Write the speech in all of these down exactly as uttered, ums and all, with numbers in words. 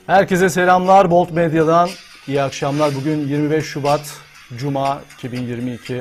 Herkese selamlar. Bolt Medya'dan iyi akşamlar. Bugün yirmi beş Şubat Cuma iki bin yirmi iki.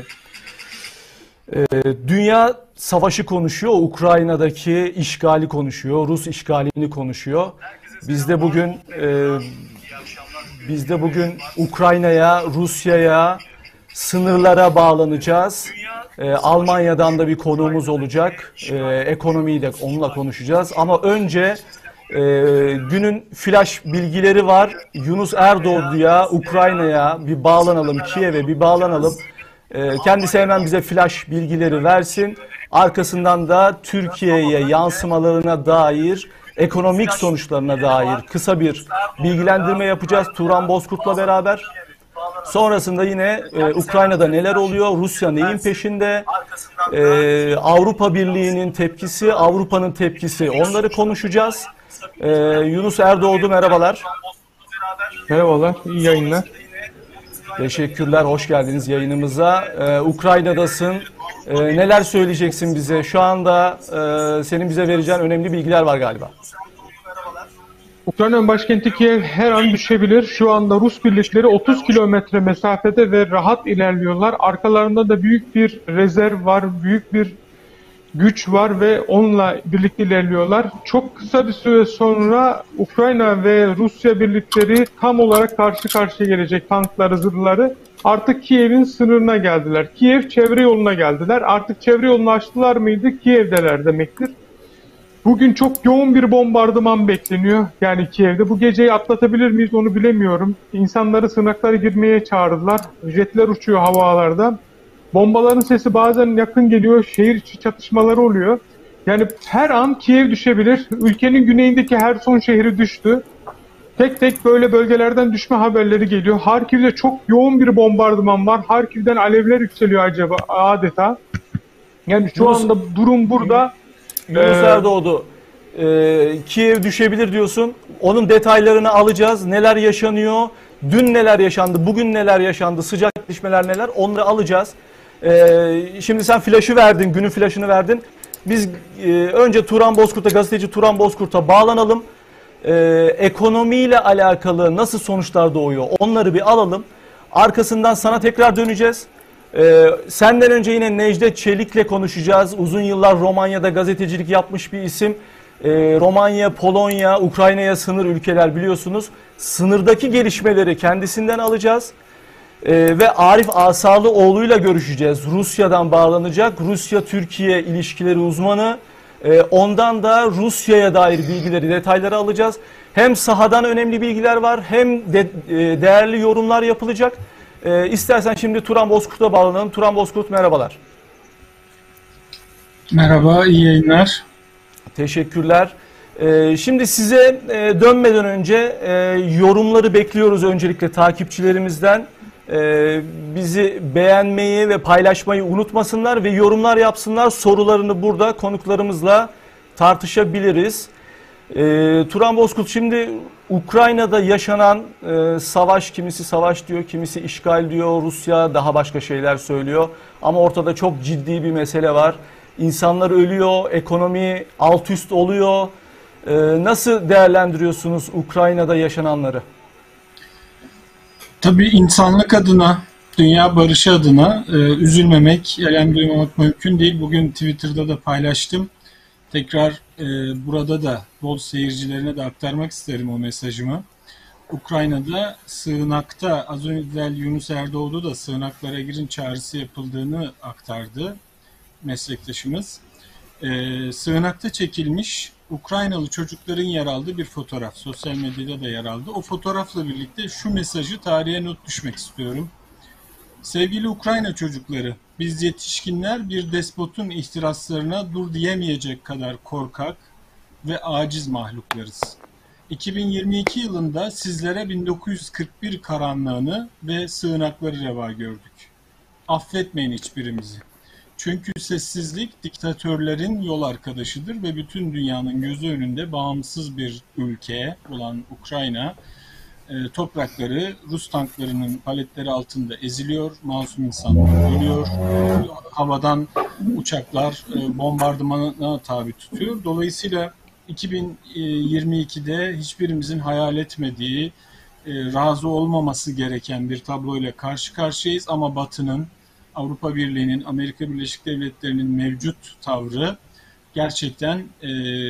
Ee, dünya savaşı konuşuyor. Ukrayna'daki işgali konuşuyor. Rus işgalini konuşuyor. Biz de bugün e, biz de bugün Ukrayna'ya, Rusya'ya, sınırlara bağlanacağız. Ee, Almanya'dan da bir konuğumuz olacak. Ee, ekonomiyi de onunla konuşacağız. Ama önce e, günün flash bilgileri var. Yunus Erdoğdu'ya, Ukrayna'ya bir bağlanalım, Kiev'e bir bağlanalım. Ee, kendisi hemen bize flash bilgileri versin. Arkasından da Türkiye'ye yansımalarına dair, ekonomik sonuçlarına dair kısa bir bilgilendirme yapacağız Turan Bozkurt'la beraber. Sonrasında yine e, Ukrayna'da neler oluyor, Rusya neyin peşinde, e, Avrupa Birliği'nin tepkisi, Avrupa'nın tepkisi, onları konuşacağız. E, Yunus Erdoğdu merhabalar. Merhabalar, iyi yayınlar. Teşekkürler, hoş geldiniz yayınımıza. E, Ukrayna'dasın, e, neler söyleyeceksin bize? Şu anda e, senin bize vereceğin önemli bilgiler var galiba. Ukrayna'nın başkenti Kiev her an düşebilir. Şu anda Rus birlikleri otuz kilometre mesafede ve rahat ilerliyorlar. Arkalarında da büyük bir rezerv var, büyük bir güç var ve onunla birlikte ilerliyorlar. Çok kısa bir süre sonra Ukrayna ve Rusya birlikleri tam olarak karşı karşıya gelecek, tankları, zırhları. Artık Kiev'in sınırına geldiler. Kiev çevre yoluna geldiler. Artık çevre yolunu açtılar mıydı? Kiev'deler demektir. Bugün çok yoğun bir bombardıman bekleniyor. Yani Kiev'de. Bu geceyi atlatabilir miyiz onu bilemiyorum. İnsanları sığınaklara girmeye çağırdılar. Jetler uçuyor havalarda. Bombaların sesi bazen yakın geliyor. Şehir içi çatışmaları oluyor. Yani her an Kiev düşebilir. Ülkenin güneyindeki Herson şehri düştü. Tek tek böyle bölgelerden düşme haberleri geliyor. Harkiv'de çok yoğun bir bombardıman var. Harkiv'den alevler yükseliyor acaba adeta. Yani şu Yunus, anda durum burada. Yunus Erdoğdu, e, Kiev düşebilir diyorsun. Onun detaylarını alacağız. Neler yaşanıyor? Dün neler yaşandı? Bugün neler yaşandı? Sıcak gelişmeler neler? Onları alacağız. E, şimdi sen flaşı verdin, günün flaşını verdin. Biz e, önce Turan Bozkurt'a, gazeteci Turan Bozkurt'a bağlanalım. E, ekonomiyle alakalı nasıl sonuçlar doğuyor? Onları bir alalım. Arkasından sana tekrar döneceğiz. Ee, senden önce yine Necdet Çelik'le konuşacağız. Uzun yıllar Romanya'da gazetecilik yapmış bir isim. Ee, Romanya, Polonya, Ukrayna'ya sınır ülkeler biliyorsunuz. Sınırdaki gelişmeleri kendisinden alacağız. Ee, ve Arif Asalıoğlu'yla görüşeceğiz. Rusya'dan bağlanacak. Rusya-Türkiye ilişkileri uzmanı. Ee, ondan da Rusya'ya dair bilgileri, detayları alacağız. Hem sahadan önemli bilgiler var, hem de e, değerli yorumlar yapılacak. Ee, istersen şimdi Turan Bozkurt'a bağlanalım. Turan Bozkurt merhabalar. Merhaba, iyi yayınlar. Teşekkürler. Ee, şimdi size e, dönmeden önce e, yorumları bekliyoruz öncelikle takipçilerimizden. E, bizi beğenmeyi ve paylaşmayı unutmasınlar ve yorumlar yapsınlar. Sorularını burada konuklarımızla tartışabiliriz. E, Turan Bozkurt, şimdi Ukrayna'da yaşanan e, savaş, kimisi savaş diyor, kimisi işgal diyor, Rusya daha başka şeyler söylüyor. Ama ortada çok ciddi bir mesele var. İnsanlar ölüyor, ekonomi alt üst oluyor. E, nasıl değerlendiriyorsunuz Ukrayna'da yaşananları? Tabii insanlık adına, dünya barışı adına e, üzülmemek, elem duymamak mümkün değil. Bugün Twitter'da da paylaştım. Tekrar e, burada da bol seyircilerine de aktarmak isterim o mesajımı. Ukrayna'da sığınakta, az önce Yunus Erdoğdu da sığınaklara girin çağrısı yapıldığını aktardı meslektaşımız. E, sığınakta çekilmiş Ukraynalı çocukların yer aldığı bir fotoğraf. Sosyal medyada da yer aldı. O fotoğrafla birlikte şu mesajı tarihe not düşmek istiyorum. Sevgili Ukrayna çocukları, biz yetişkinler bir despotun ihtiraslarına dur diyemeyecek kadar korkak ve aciz mahluklarız. iki bin yirmi iki yılında sizlere bin dokuz yüz kırk bir karanlığını ve sığınakları reva gördük. Affetmeyin hiçbirimizi. Çünkü sessizlik diktatörlerin yol arkadaşıdır ve bütün dünyanın gözü önünde bağımsız bir ülke olan Ukrayna, E, toprakları Rus tanklarının paletleri altında eziliyor, masum insanlar ölüyor, havadan uçaklar e, bombardımana tabi tutuyor. Dolayısıyla iki bin yirmi ikide hiçbirimizin hayal etmediği, e, razı olmaması gereken bir tabloyla karşı karşıyayız ama Batı'nın, Avrupa Birliği'nin, Amerika Birleşik Devletleri'nin mevcut tavrı gerçekten e,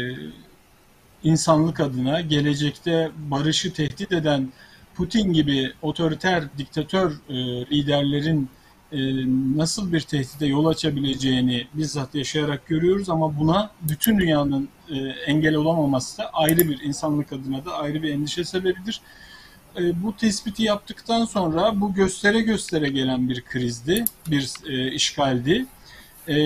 insanlık adına gelecekte barışı tehdit eden Putin gibi otoriter, diktatör e, liderlerin e, nasıl bir tehdide yol açabileceğini bizzat yaşayarak görüyoruz ama buna bütün dünyanın e, engel olamaması da ayrı bir insanlık adına da ayrı bir endişe sebebidir. E, bu tespiti yaptıktan sonra bu göstere göstere gelen bir krizdi, bir e, işgaldi. E,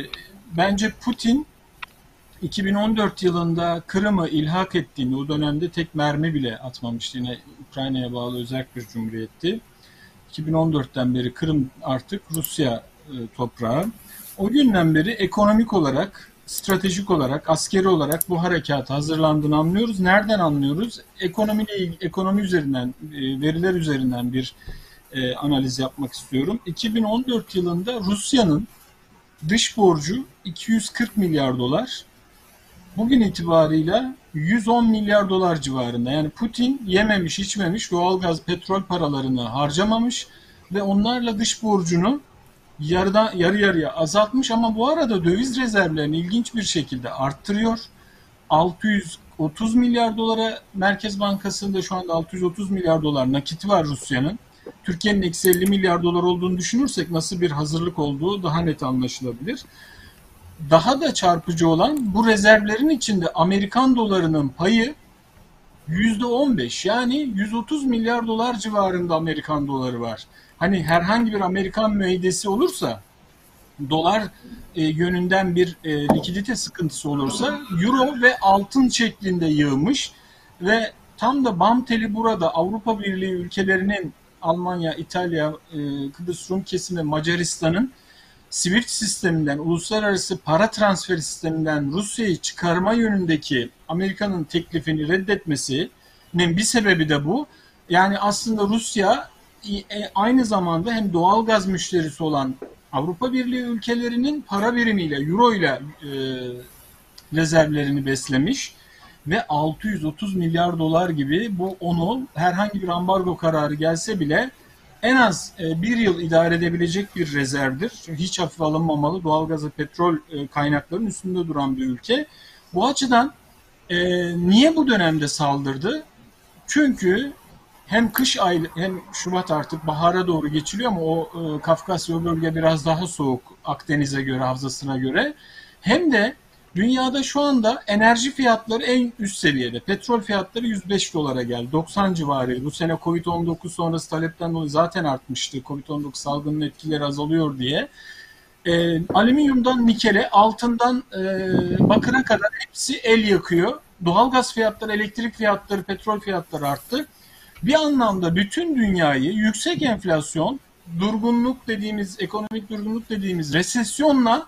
bence Putin iki bin on dört yılında Kırım'ı ilhak ettiğini, o dönemde tek mermi bile atmamıştı. Yine Ukrayna'ya bağlı özel bir cumhuriyetti. iki bin on dörtten beri Kırım artık Rusya e, toprağı. O günden beri ekonomik olarak, stratejik olarak, askeri olarak bu harekata hazırlandığını anlıyoruz. Nereden anlıyoruz? Ekonomiyle, ekonomi üzerinden, e, veriler üzerinden bir e, analiz yapmak istiyorum. iki bin on dört yılında Rusya'nın dış borcu iki yüz kırk milyar dolar. Bugün itibarıyla yüz on milyar dolar civarında. Yani Putin yememiş, içmemiş, doğalgaz, petrol paralarını harcamamış ve onlarla dış borcunu yarıdan, yarı yarıya azaltmış ama bu arada döviz rezervlerini ilginç bir şekilde arttırıyor. altı yüz otuz milyar dolara Merkez Bankası'nda şu anda altı yüz otuz milyar dolar nakiti var Rusya'nın. Türkiye'nin eksi elli milyar dolar olduğunu düşünürsek nasıl bir hazırlık olduğu daha net anlaşılabilir. Daha da çarpıcı olan bu rezervlerin içinde Amerikan dolarının payı yüzde on beş, yani yüz otuz milyar dolar civarında Amerikan doları var. Hani herhangi bir Amerikan müeyyidesi olursa, dolar e, yönünden bir e, likidite sıkıntısı olursa euro ve altın şeklinde yığmış ve tam da bam teli burada Avrupa Birliği ülkelerinin Almanya, İtalya, e, Kıbrıs Rum kesimi, Macaristan'ın SWIFT sisteminden, uluslararası para transferi sisteminden Rusya'yı çıkarma yönündeki Amerika'nın teklifini reddetmesinin bir sebebi de bu. Yani aslında Rusya aynı zamanda hem doğal gaz müşterisi olan Avrupa Birliği ülkelerinin para birimiyle, euro ile e, rezervlerini beslemiş ve altı yüz otuz milyar dolar gibi bu onu herhangi bir ambargo kararı gelse bile en az bir yıl idare edebilecek bir rezervdir. Hiç hafife alınmamalı. Doğalgaz ve petrol kaynaklarının üstünde duran bir ülke. Bu açıdan e, niye bu dönemde saldırdı? Çünkü hem kış ayı hem Şubat artık bahara doğru geçiliyor ama o e, Kafkasya o bölge biraz daha soğuk Akdeniz'e göre, havzasına göre. Hem de dünyada şu anda enerji fiyatları en üst seviyede. Petrol fiyatları yüz beş dolara geldi. doksan civarı. Bu sene kovid on dokuz sonrası talepten dolayı zaten artmıştı. kovid on dokuz salgının etkileri azalıyor diye. E, alüminyumdan nikele, altından e, bakıra kadar hepsi el yakıyor. Doğalgaz fiyatları, elektrik fiyatları, petrol fiyatları arttı. Bir anlamda bütün dünyayı yüksek enflasyon, durgunluk dediğimiz, ekonomik durgunluk dediğimiz resesyonla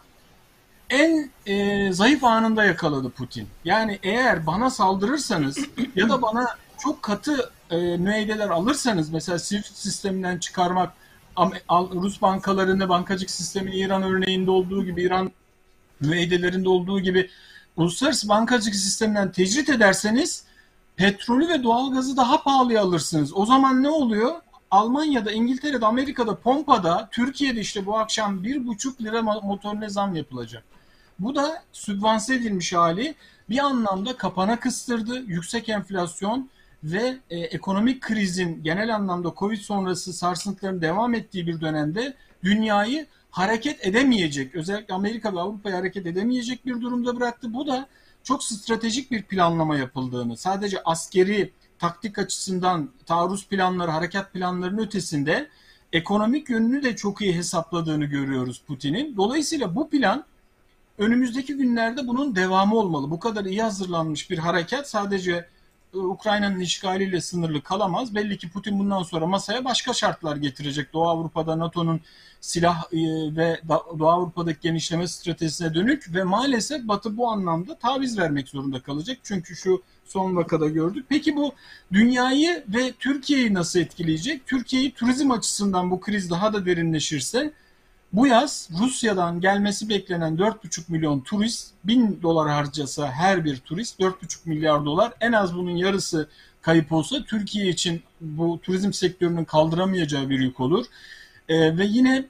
en e, zayıf anında yakaladı Putin. Yani eğer bana saldırırsanız ya da bana çok katı e, müeyyideler alırsanız, mesela SWIFT sisteminden çıkarmak, Rus bankalarını, bankacılık sistemini İran örneğinde olduğu gibi, İran müeyyidelerinde olduğu gibi uluslararası bankacılık sisteminden tecrit ederseniz petrolü ve doğalgazı daha pahalıya alırsınız. O zaman ne oluyor? Almanya'da, İngiltere'de, Amerika'da pompada, Türkiye'de işte bu akşam bir buçuk lira motorine zam yapılacak. Bu da sübvanse edilmiş hali bir anlamda kapana kıstırdı. Yüksek enflasyon ve e, ekonomik krizin genel anlamda Covid sonrası sarsıntıların devam ettiği bir dönemde dünyayı hareket edemeyecek, özellikle Amerika ve Avrupa'yı hareket edemeyecek bir durumda bıraktı. Bu da çok stratejik bir planlama yapıldığını, sadece askeri taktik açısından taarruz planları, harekat planlarının ötesinde ekonomik yönünü de çok iyi hesapladığını görüyoruz Putin'in. Dolayısıyla bu plan önümüzdeki günlerde bunun devamı olmalı. Bu kadar iyi hazırlanmış bir harekat sadece Ukrayna'nın işgaliyle sınırlı kalamaz. Belli ki Putin bundan sonra masaya başka şartlar getirecek. Doğu Avrupa'da NATO'nun silah ve Doğu Avrupa'daki genişleme stratejisine dönük ve maalesef Batı bu anlamda taviz vermek zorunda kalacak. Çünkü şu son vakada gördük. Peki bu dünyayı ve Türkiye'yi nasıl etkileyecek? Türkiye'yi turizm açısından bu kriz daha da derinleşirse Bu yaz Rusya'dan gelmesi beklenen dört buçuk milyon turist, bin dolar harcasa her bir turist dört buçuk milyar dolar, en az bunun yarısı kayıp olsa Türkiye için bu turizm sektörünün kaldıramayacağı bir yük olur. Ee, ve yine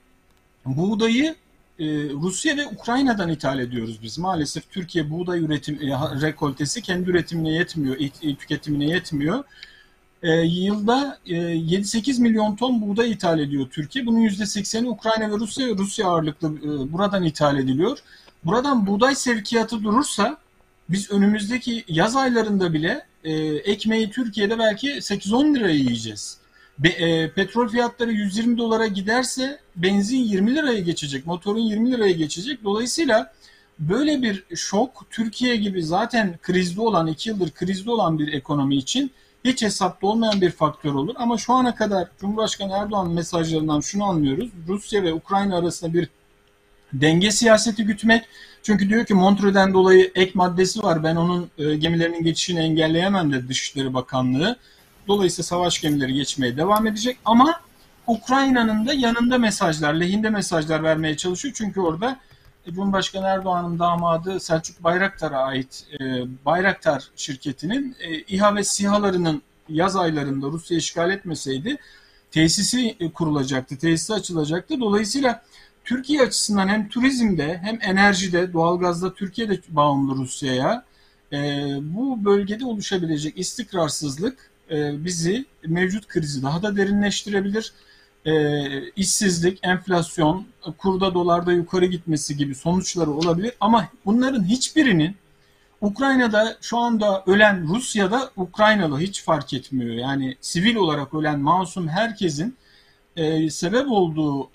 buğdayı e, Rusya ve Ukrayna'dan ithal ediyoruz biz. Maalesef Türkiye buğday üretim e, rekoltesi kendi üretimine yetmiyor, e, tüketimine yetmiyor. E, yılda e, yedi sekiz milyon ton buğday ithal ediyor Türkiye. Bunun yüzde sekseni Ukrayna ve Rusya, Rusya ağırlıklı e, buradan ithal ediliyor. Buradan buğday sevkiyatı durursa biz önümüzdeki yaz aylarında bile e, ekmeği Türkiye'de belki sekiz on liraya yiyeceğiz. Be, e, petrol fiyatları yüz yirmi dolara giderse benzin yirmi liraya geçecek, motorun yirmi liraya geçecek. Dolayısıyla böyle bir şok Türkiye gibi zaten krizde olan, iki yıldır krizde olan bir ekonomi için hiç hesapta olmayan bir faktör olur. Ama şu ana kadar Cumhurbaşkanı Erdoğan'ın mesajlarından şunu anlıyoruz: Rusya ve Ukrayna arasında bir denge siyaseti gütmek. Çünkü diyor ki Montreux'den dolayı ek maddesi var. Ben onun e, gemilerinin geçişini engelleyemem dedi Dışişleri Bakanlığı. Dolayısıyla savaş gemileri geçmeye devam edecek. Ama Ukrayna'nın da yanında mesajlar, lehinde mesajlar vermeye çalışıyor. Çünkü orada Cumhurbaşkanı Erdoğan'ın damadı Selçuk Bayraktar'a ait e, Bayraktar şirketinin e, İHA ve SİHA'larının yaz aylarında Rusya işgal etmeseydi tesisi kurulacaktı, tesisi açılacaktı. Dolayısıyla Türkiye açısından hem turizmde hem enerjide, doğalgazda Türkiye de bağımlı Rusya'ya. E, bu bölgede oluşabilecek istikrarsızlık e, bizi, mevcut krizi daha da derinleştirebilir. E, işsizlik, enflasyon, kurda dolarda yukarı gitmesi gibi sonuçları olabilir. Ama bunların hiçbirinin Ukrayna'da şu anda ölen, Rusya'da Ukraynalı hiç fark etmiyor. Yani sivil olarak ölen masum herkesin e, sebep olduğu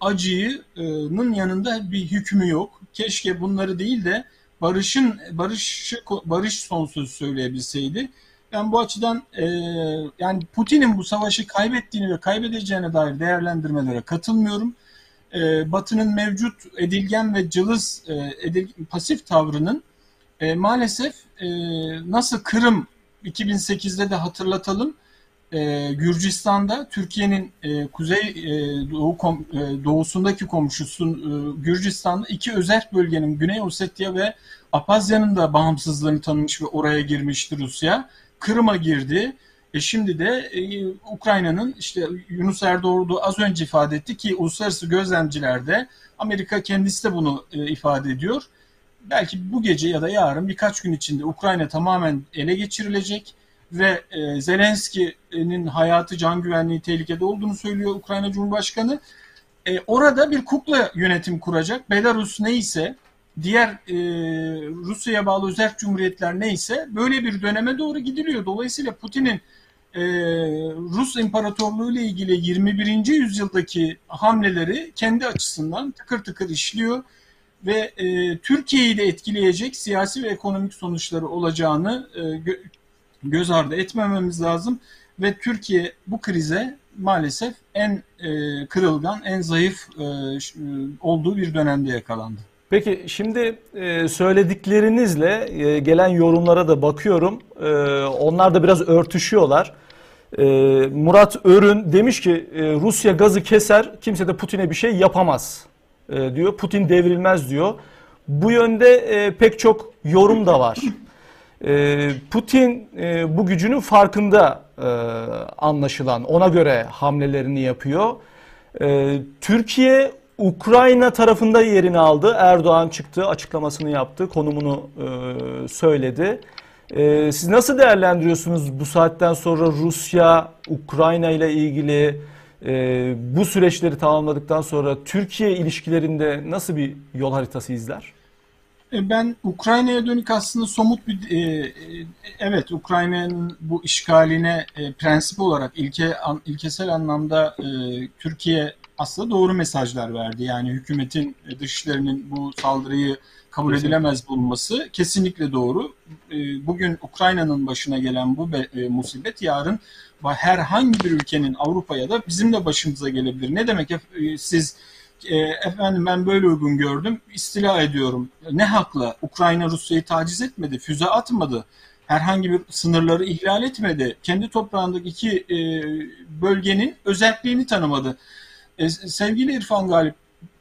acının yanında bir hükmü yok. Keşke bunları değil de barışın barış barış son sözü söyleyebilseydi. Ben bu açıdan e, yani Putin'in bu savaşı kaybettiğini ve kaybedeceğine dair değerlendirmelere katılmıyorum. E, Batı'nın mevcut edilgen ve cılız e, edil, pasif tavrının e, maalesef e, nasıl Kırım iki bin sekizde de hatırlatalım, e, Gürcistan'da Türkiye'nin e, kuzey e, doğu kom, e, doğusundaki komşusu e, Gürcistan'da iki özerk bölgenin Güney Ossetya ve Apazya'nın da bağımsızlığını tanımış ve oraya girmişti Rusya. Kırım'a girdi. E şimdi de e, Ukrayna'nın, işte Yunus Erdoğdu az önce ifade etti ki uluslararası gözlemciler de, Amerika kendisi de bunu e, ifade ediyor. Belki bu gece ya da yarın, birkaç gün içinde Ukrayna tamamen ele geçirilecek ve e, Zelenski'nin hayatı, can güvenliği tehlikede olduğunu söylüyor Ukrayna Cumhurbaşkanı. E, orada bir kukla yönetim kuracak. Belarus neyse, diğer e, Rusya'ya bağlı özerk cumhuriyetler neyse, böyle bir döneme doğru gidiliyor. Dolayısıyla Putin'in e, Rus İmparatorluğu ile ilgili yirmi birinci yüzyıldaki hamleleri kendi açısından tıkır tıkır işliyor ve e, Türkiye'yi de etkileyecek siyasi ve ekonomik sonuçları olacağını e, gö- göz ardı etmememiz lazım ve Türkiye bu krize maalesef en e, kırılgan, en zayıf e, olduğu bir dönemde yakalandı. Peki şimdi e, söylediklerinizle e, gelen yorumlara da bakıyorum. E, onlar da biraz örtüşüyorlar. E, Murat Örün demiş ki e, Rusya gazı keser, kimse de Putin'e bir şey yapamaz e, diyor. Putin devrilmez diyor. Bu yönde e, pek çok yorum da var. E, Putin e, bu gücünün farkında e, anlaşılan, ona göre hamlelerini yapıyor. E, Türkiye Ukrayna tarafında yerini aldı. Erdoğan çıktı, açıklamasını yaptı, konumunu e, söyledi. E, siz nasıl değerlendiriyorsunuz bu saatten sonra Rusya, Ukrayna ile ilgili e, bu süreçleri tamamladıktan sonra Türkiye ilişkilerinde nasıl bir yol haritası izler? Ben Ukrayna'ya dönük aslında somut bir, e, evet Ukrayna'nın bu işgaline e, prensip olarak ilke an, ilkesel anlamda e, Türkiye aslında doğru mesajlar verdi. Yani hükümetin, dışişlerinin bu saldırıyı kabul edilemez bulunması kesinlikle doğru. E, bugün Ukrayna'nın başına gelen bu be, e, musibet yarın herhangi bir ülkenin, Avrupa'ya da bizim de başımıza gelebilir. Ne demek e, siz E, efendim ben böyle uygun gördüm, istila ediyorum. Ne hakla? Ukrayna Rusya'yı taciz etmedi, füze atmadı, herhangi bir sınırları ihlal etmedi. Kendi toprağındaki iki e, bölgenin özelliğini tanımadı. E, sevgili İrfan Galip,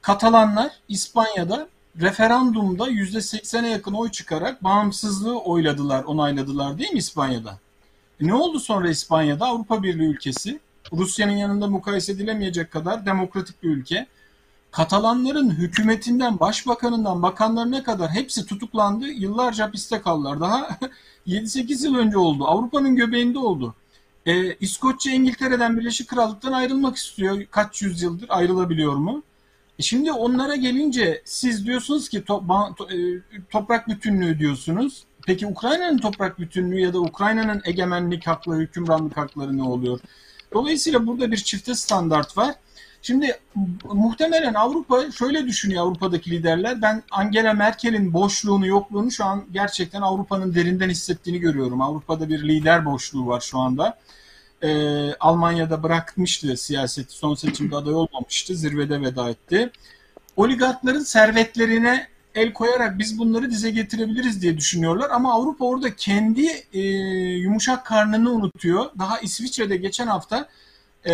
Katalanlar İspanya'da referandumda yüzde seksene yakın oy çıkarak bağımsızlığı oyladılar, onayladılar değil mi İspanya'da? E ne oldu sonra İspanya'da? Avrupa Birliği ülkesi, Rusya'nın yanında mukayese edilemeyecek kadar demokratik bir ülke. Katalanların hükümetinden, başbakanından, bakanlarına kadar hepsi tutuklandı. Yıllarca hapiste kaldılar. Daha yedi sekiz yıl önce oldu. Avrupa'nın göbeğinde oldu. Ee, İskoçya İngiltere'den, Birleşik Krallık'tan ayrılmak istiyor. Kaç yüzyıldır ayrılabiliyor mu? E şimdi onlara gelince siz diyorsunuz ki to to toprak bütünlüğü diyorsunuz. Peki Ukrayna'nın toprak bütünlüğü ya da Ukrayna'nın egemenlik hakları, hükümranlık hakları ne oluyor? Dolayısıyla burada bir çifte standart var. Şimdi muhtemelen Avrupa şöyle düşünüyor, Avrupa'daki liderler. Ben Angela Merkel'in boşluğunu, yokluğunu şu an gerçekten Avrupa'nın derinden hissettiğini görüyorum. Avrupa'da bir lider boşluğu var şu anda. Ee, Almanya'da bırakmıştı siyaseti, son seçimde aday olmamıştı, zirvede veda etti. Oligarkların servetlerine el koyarak biz bunları dize getirebiliriz diye düşünüyorlar. Ama Avrupa orada kendi e, yumuşak karnını unutuyor. Daha İsviçre'de geçen hafta e,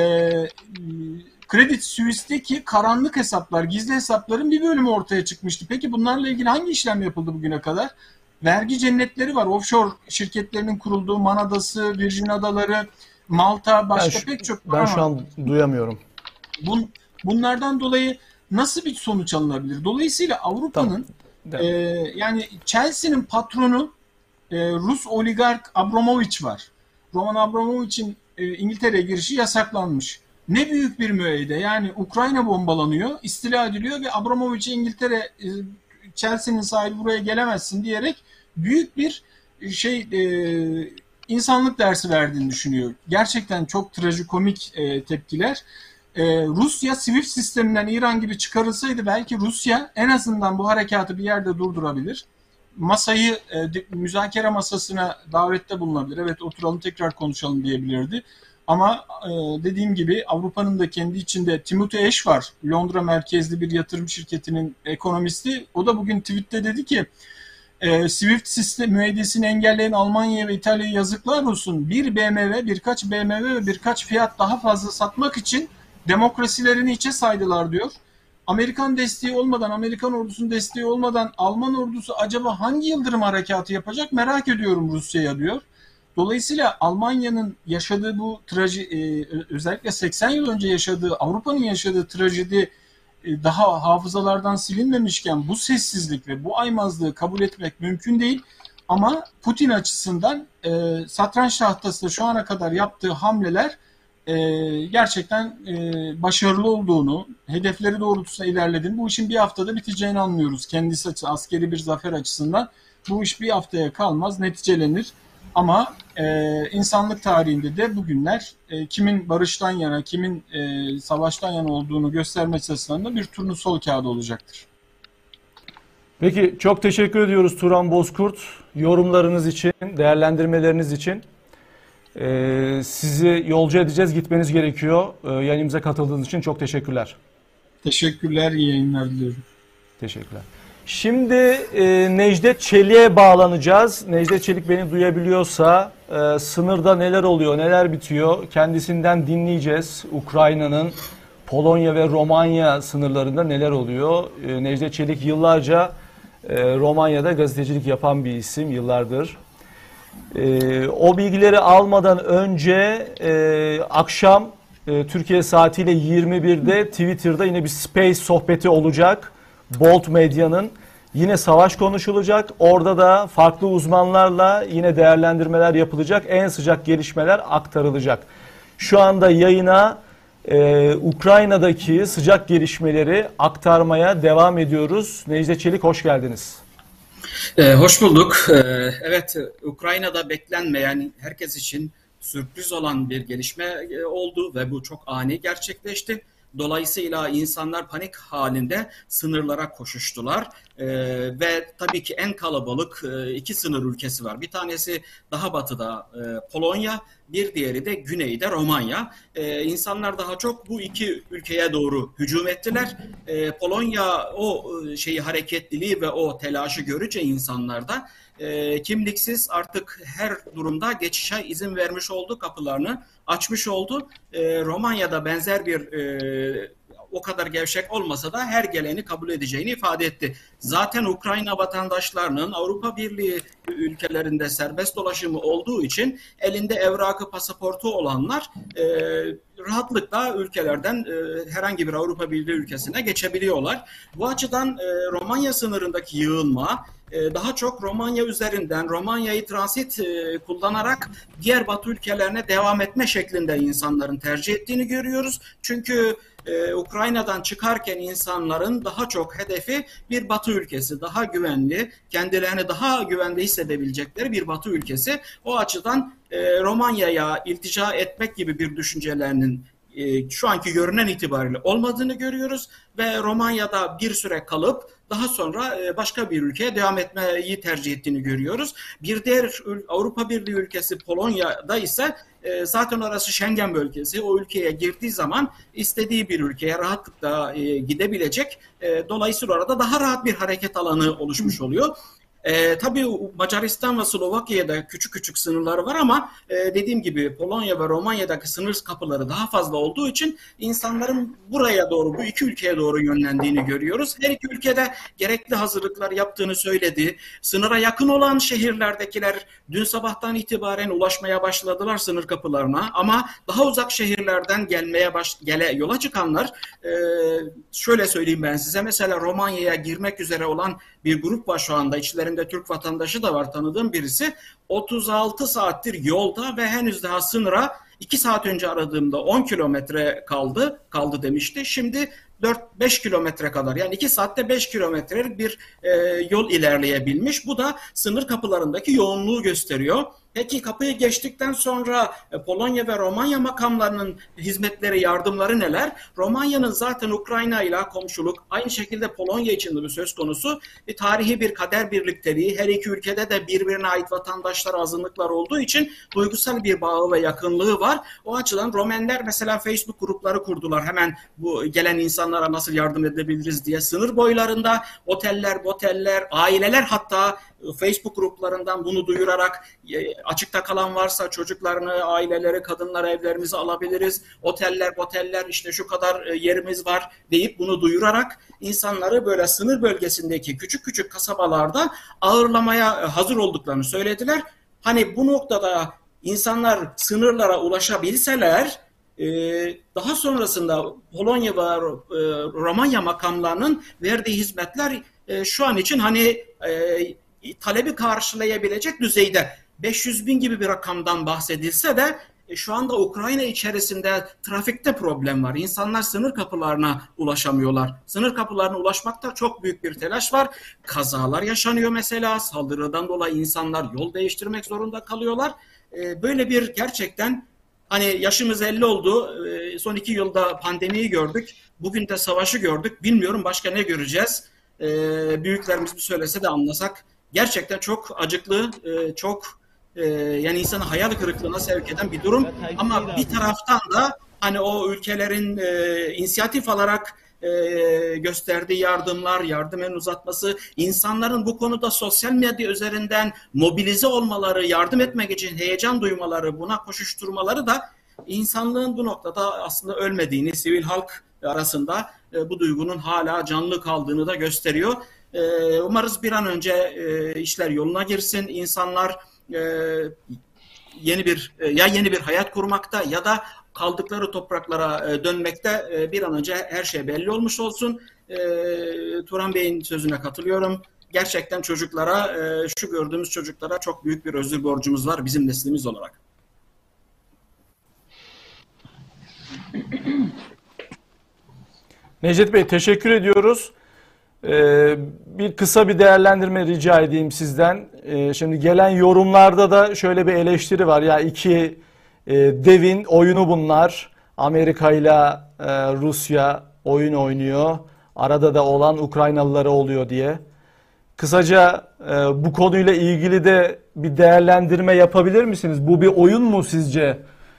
Credit Suisse'deki karanlık hesaplar, gizli hesapların bir bölümü ortaya çıkmıştı. Peki bunlarla ilgili hangi işlem yapıldı bugüne kadar? Vergi cennetleri var. Offshore şirketlerinin kurulduğu Man Adası, Virgin Adaları, Malta, başka ben şu, pek çok. Ben şu an duyamıyorum. Bun, bunlardan dolayı nasıl bir sonuç alınabilir? Dolayısıyla Avrupa'nın tamam. e, yani Chelsea'nin patronu e, Rus oligark Abramovich var. Roman Abramovich'in e, İngiltere'ye girişi yasaklanmış. Ne büyük bir müeyyide. Yani Ukrayna bombalanıyor, istila ediliyor ve Abramovich'e İngiltere, e, Chelsea'nin sahibi buraya gelemezsin diyerek büyük bir şey e, insanlık dersi verdiğini düşünüyor. Gerçekten çok trajikomik e, tepkiler. E, Rusya Swift sisteminden İran gibi çıkarılsaydı belki Rusya en azından bu harekatı bir yerde durdurabilir. Masayı e, müzakere masasına davette bulunabilir. Evet, oturalım tekrar konuşalım diyebilirdi. Ama e, dediğim gibi Avrupa'nın da kendi içinde Timothy Ash var. Londra merkezli bir yatırım şirketinin ekonomisti. O da bugün tweette dedi ki e, Swift sistem müeyyidesini engelleyen Almanya ve İtalya'ya yazıklar olsun. Bir B M W, birkaç B M W ve birkaç Fiat daha fazla satmak için demokrasilerini içe saydılar diyor. Amerikan desteği olmadan, Amerikan ordusunun desteği olmadan Alman ordusu acaba hangi yıldırım harekatı yapacak merak ediyorum Rusya'ya diyor. Dolayısıyla Almanya'nın yaşadığı bu trajedi, özellikle seksen yıl önce yaşadığı, Avrupa'nın yaşadığı trajedi daha hafızalardan silinmemişken bu sessizlik ve bu aymazlığı kabul etmek mümkün değil. Ama Putin açısından e, satranç tahtasında şu ana kadar yaptığı hamleler e, gerçekten e, başarılı olduğunu, hedefleri doğrultusunda ilerlediğini, bu işin bir haftada biteceğini anlıyoruz. Kendisi açı, askeri bir zafer açısından bu iş bir haftaya kalmaz, neticelenir. Ama e, insanlık tarihinde de bugünler e, kimin barıştan yana, kimin e, savaştan yana olduğunu gösterme açısından da bir turnusol kağıdı olacaktır. Peki, çok teşekkür ediyoruz Turan Bozkurt. Yorumlarınız için, değerlendirmeleriniz için. Ee, sizi yolcu edeceğiz, gitmeniz gerekiyor. Ee, yayınımıza katıldığınız için çok teşekkürler. Teşekkürler, iyi yayınlar diliyorum. Teşekkürler. Şimdi e, Necdet Çelik'e bağlanacağız. Necdet Çelik beni duyabiliyorsa e, sınırda neler oluyor, neler bitiyor kendisinden dinleyeceğiz. Ukrayna'nın Polonya ve Romanya sınırlarında neler oluyor? E, Necdet Çelik yıllarca e, Romanya'da gazetecilik yapan bir isim, yıllardır. E, o bilgileri almadan önce e, akşam e, Türkiye saatiyle yirmi birde Twitter'da yine bir Space sohbeti olacak. Bolt Medya'nın yine savaş konuşulacak. Orada da farklı uzmanlarla yine değerlendirmeler yapılacak. En sıcak gelişmeler aktarılacak. Şu anda yayına e, Ukrayna'daki sıcak gelişmeleri aktarmaya devam ediyoruz. Necdet Çelik, hoş geldiniz. Ee, hoş bulduk. Ee, evet, Ukrayna'da beklenmeyen, herkes için sürpriz olan bir gelişme oldu ve bu çok ani gerçekleşti. Dolayısıyla insanlar panik halinde sınırlara koşuştular ee, ve tabii ki en kalabalık e, iki sınır ülkesi var. Bir tanesi daha batıda e, Polonya, bir diğeri de güneyde Romanya. Ee, insanlar daha çok bu iki ülkeye doğru hücum ettiler. Ee, Polonya o şeyi hareketliliği ve o telaşı görünce insanlarda e, kimliksiz artık her durumda geçişe izin vermiş oldu, kapılarını açmış oldu. E, Romanya'da benzer bir e, o kadar gevşek olmasa da her geleni kabul edeceğini ifade etti. Zaten Ukrayna vatandaşlarının Avrupa Birliği ülkelerinde serbest dolaşımı olduğu için elinde evrakı, pasaportu olanlar e, rahatlıkla ülkelerden e, herhangi bir Avrupa Birliği ülkesine geçebiliyorlar. Bu açıdan e, Romanya sınırındaki yığılma e, daha çok Romanya üzerinden Romanya'yı transit e, kullanarak diğer Batı ülkelerine devam etme şeklinde insanların tercih ettiğini görüyoruz. Çünkü Ee, Ukrayna'dan çıkarken insanların daha çok hedefi bir Batı ülkesi, daha güvenli, kendilerini daha güvende hissedebilecekleri bir Batı ülkesi. O açıdan e, Romanya'ya iltica etmek gibi bir düşüncelerinin e, şu anki görünen itibariyle olmadığını görüyoruz ve Romanya'da bir süre kalıp daha sonra e, başka bir ülkeye devam etmeyi tercih ettiğini görüyoruz. Bir diğer Avrupa Birliği ülkesi Polonya'da ise e, zaten orası Schengen bölgesi. O ülkeye girdiği zaman istediği bir ülkeye rahatlıkla e, gidebilecek. E, dolayısıyla orada daha rahat bir hareket alanı oluşmuş oluyor. E, tabii Macaristan ve Slovakya'da küçük küçük sınırları var ama e, dediğim gibi Polonya ve Romanya'daki sınır kapıları daha fazla olduğu için insanların buraya doğru, bu iki ülkeye doğru yönlendiğini görüyoruz. Her iki ülkede gerekli hazırlıklar yaptığını söyledi. Sınıra yakın olan şehirlerdekiler dün sabahtan itibaren ulaşmaya başladılar sınır kapılarına ama daha uzak şehirlerden gelmeye baş, gele, yola çıkanlar e, şöyle söyleyeyim ben size, mesela Romanya'ya girmek üzere olan bir grup var şu anda, içlerinde Türk vatandaşı da var, tanıdığım birisi. otuz altı saattir yolda ve henüz daha sınıra iki saat önce aradığımda on kilometre kaldı kaldı demişti. Şimdi dört beş kilometre kadar, yani iki saatte beş kilometrelik bir e, yol ilerleyebilmiş. Bu da sınır kapılarındaki yoğunluğu gösteriyor. Peki kapıyı geçtikten sonra e, Polonya ve Romanya makamlarının hizmetleri, yardımları neler? Romanya'nın zaten Ukrayna ile komşuluk, aynı şekilde Polonya için de bir söz konusu. E, tarihi bir kader birlikteliği, her iki ülkede de birbirine ait vatandaşlar, azınlıklar olduğu için duygusal bir bağı ve yakınlığı var. O açıdan Romenler mesela Facebook grupları kurdular. Hemen bu gelen insanlara nasıl yardım edebiliriz diye, sınır boylarında oteller, boteller, aileler hatta Facebook gruplarından bunu duyurarak açıkta kalan varsa çocuklarını, aileleri, kadınlar evlerimize alabiliriz. Oteller, boteller işte şu kadar yerimiz var deyip bunu duyurarak insanları böyle sınır bölgesindeki küçük küçük kasabalarda ağırlamaya hazır olduklarını söylediler. Hani bu noktada insanlar sınırlara ulaşabilseler daha sonrasında Polonya ve Romanya makamlarının verdiği hizmetler şu an için hani talebi karşılayabilecek düzeyde. beş yüz bin gibi bir rakamdan bahsedilse de e, şu anda Ukrayna içerisinde trafikte problem var. İnsanlar sınır kapılarına ulaşamıyorlar. Sınır kapılarına ulaşmakta çok büyük bir telaş var. Kazalar yaşanıyor mesela. Saldırıdan dolayı insanlar yol değiştirmek zorunda kalıyorlar. E, böyle bir gerçekten hani yaşımız elli oldu. E, son iki yılda pandemiyi gördük. Bugün de savaşı gördük. Bilmiyorum başka ne göreceğiz. E, büyüklerimiz bir söylese de anlasak. Gerçekten çok acıklı, çok yani insanı hayal kırıklığına sevk eden bir durum. Ama bir taraftan da hani o ülkelerin inisiyatif alarak gösterdiği yardımlar, yardım el uzatması, insanların bu konuda sosyal medya üzerinden mobilize olmaları, yardım etmek için heyecan duymaları, buna koşuşturmaları da insanlığın bu noktada aslında ölmediğini, sivil halk arasında bu duygunun hala canlı kaldığını da gösteriyor. Umarız bir an önce işler yoluna girsin. İnsanlar yeni bir ya yeni bir hayat kurmakta ya da kaldıkları topraklara dönmekte bir an önce her şey belli olmuş olsun. Turan Bey'in sözüne katılıyorum. Gerçekten çocuklara, şu gördüğümüz çocuklara çok büyük bir özür borcumuz var bizim neslimiz olarak. Necdet Bey teşekkür ediyoruz. Ee, bir kısa bir değerlendirme rica edeyim sizden. Ee, şimdi gelen yorumlarda da şöyle bir eleştiri var. Ya iki e, devin oyunu bunlar. Amerika ile e, Rusya oyun oynuyor. Arada da olan Ukraynalıları oluyor diye. Kısaca e, bu konuyla ilgili de bir değerlendirme yapabilir misiniz? Bu bir oyun mu sizce?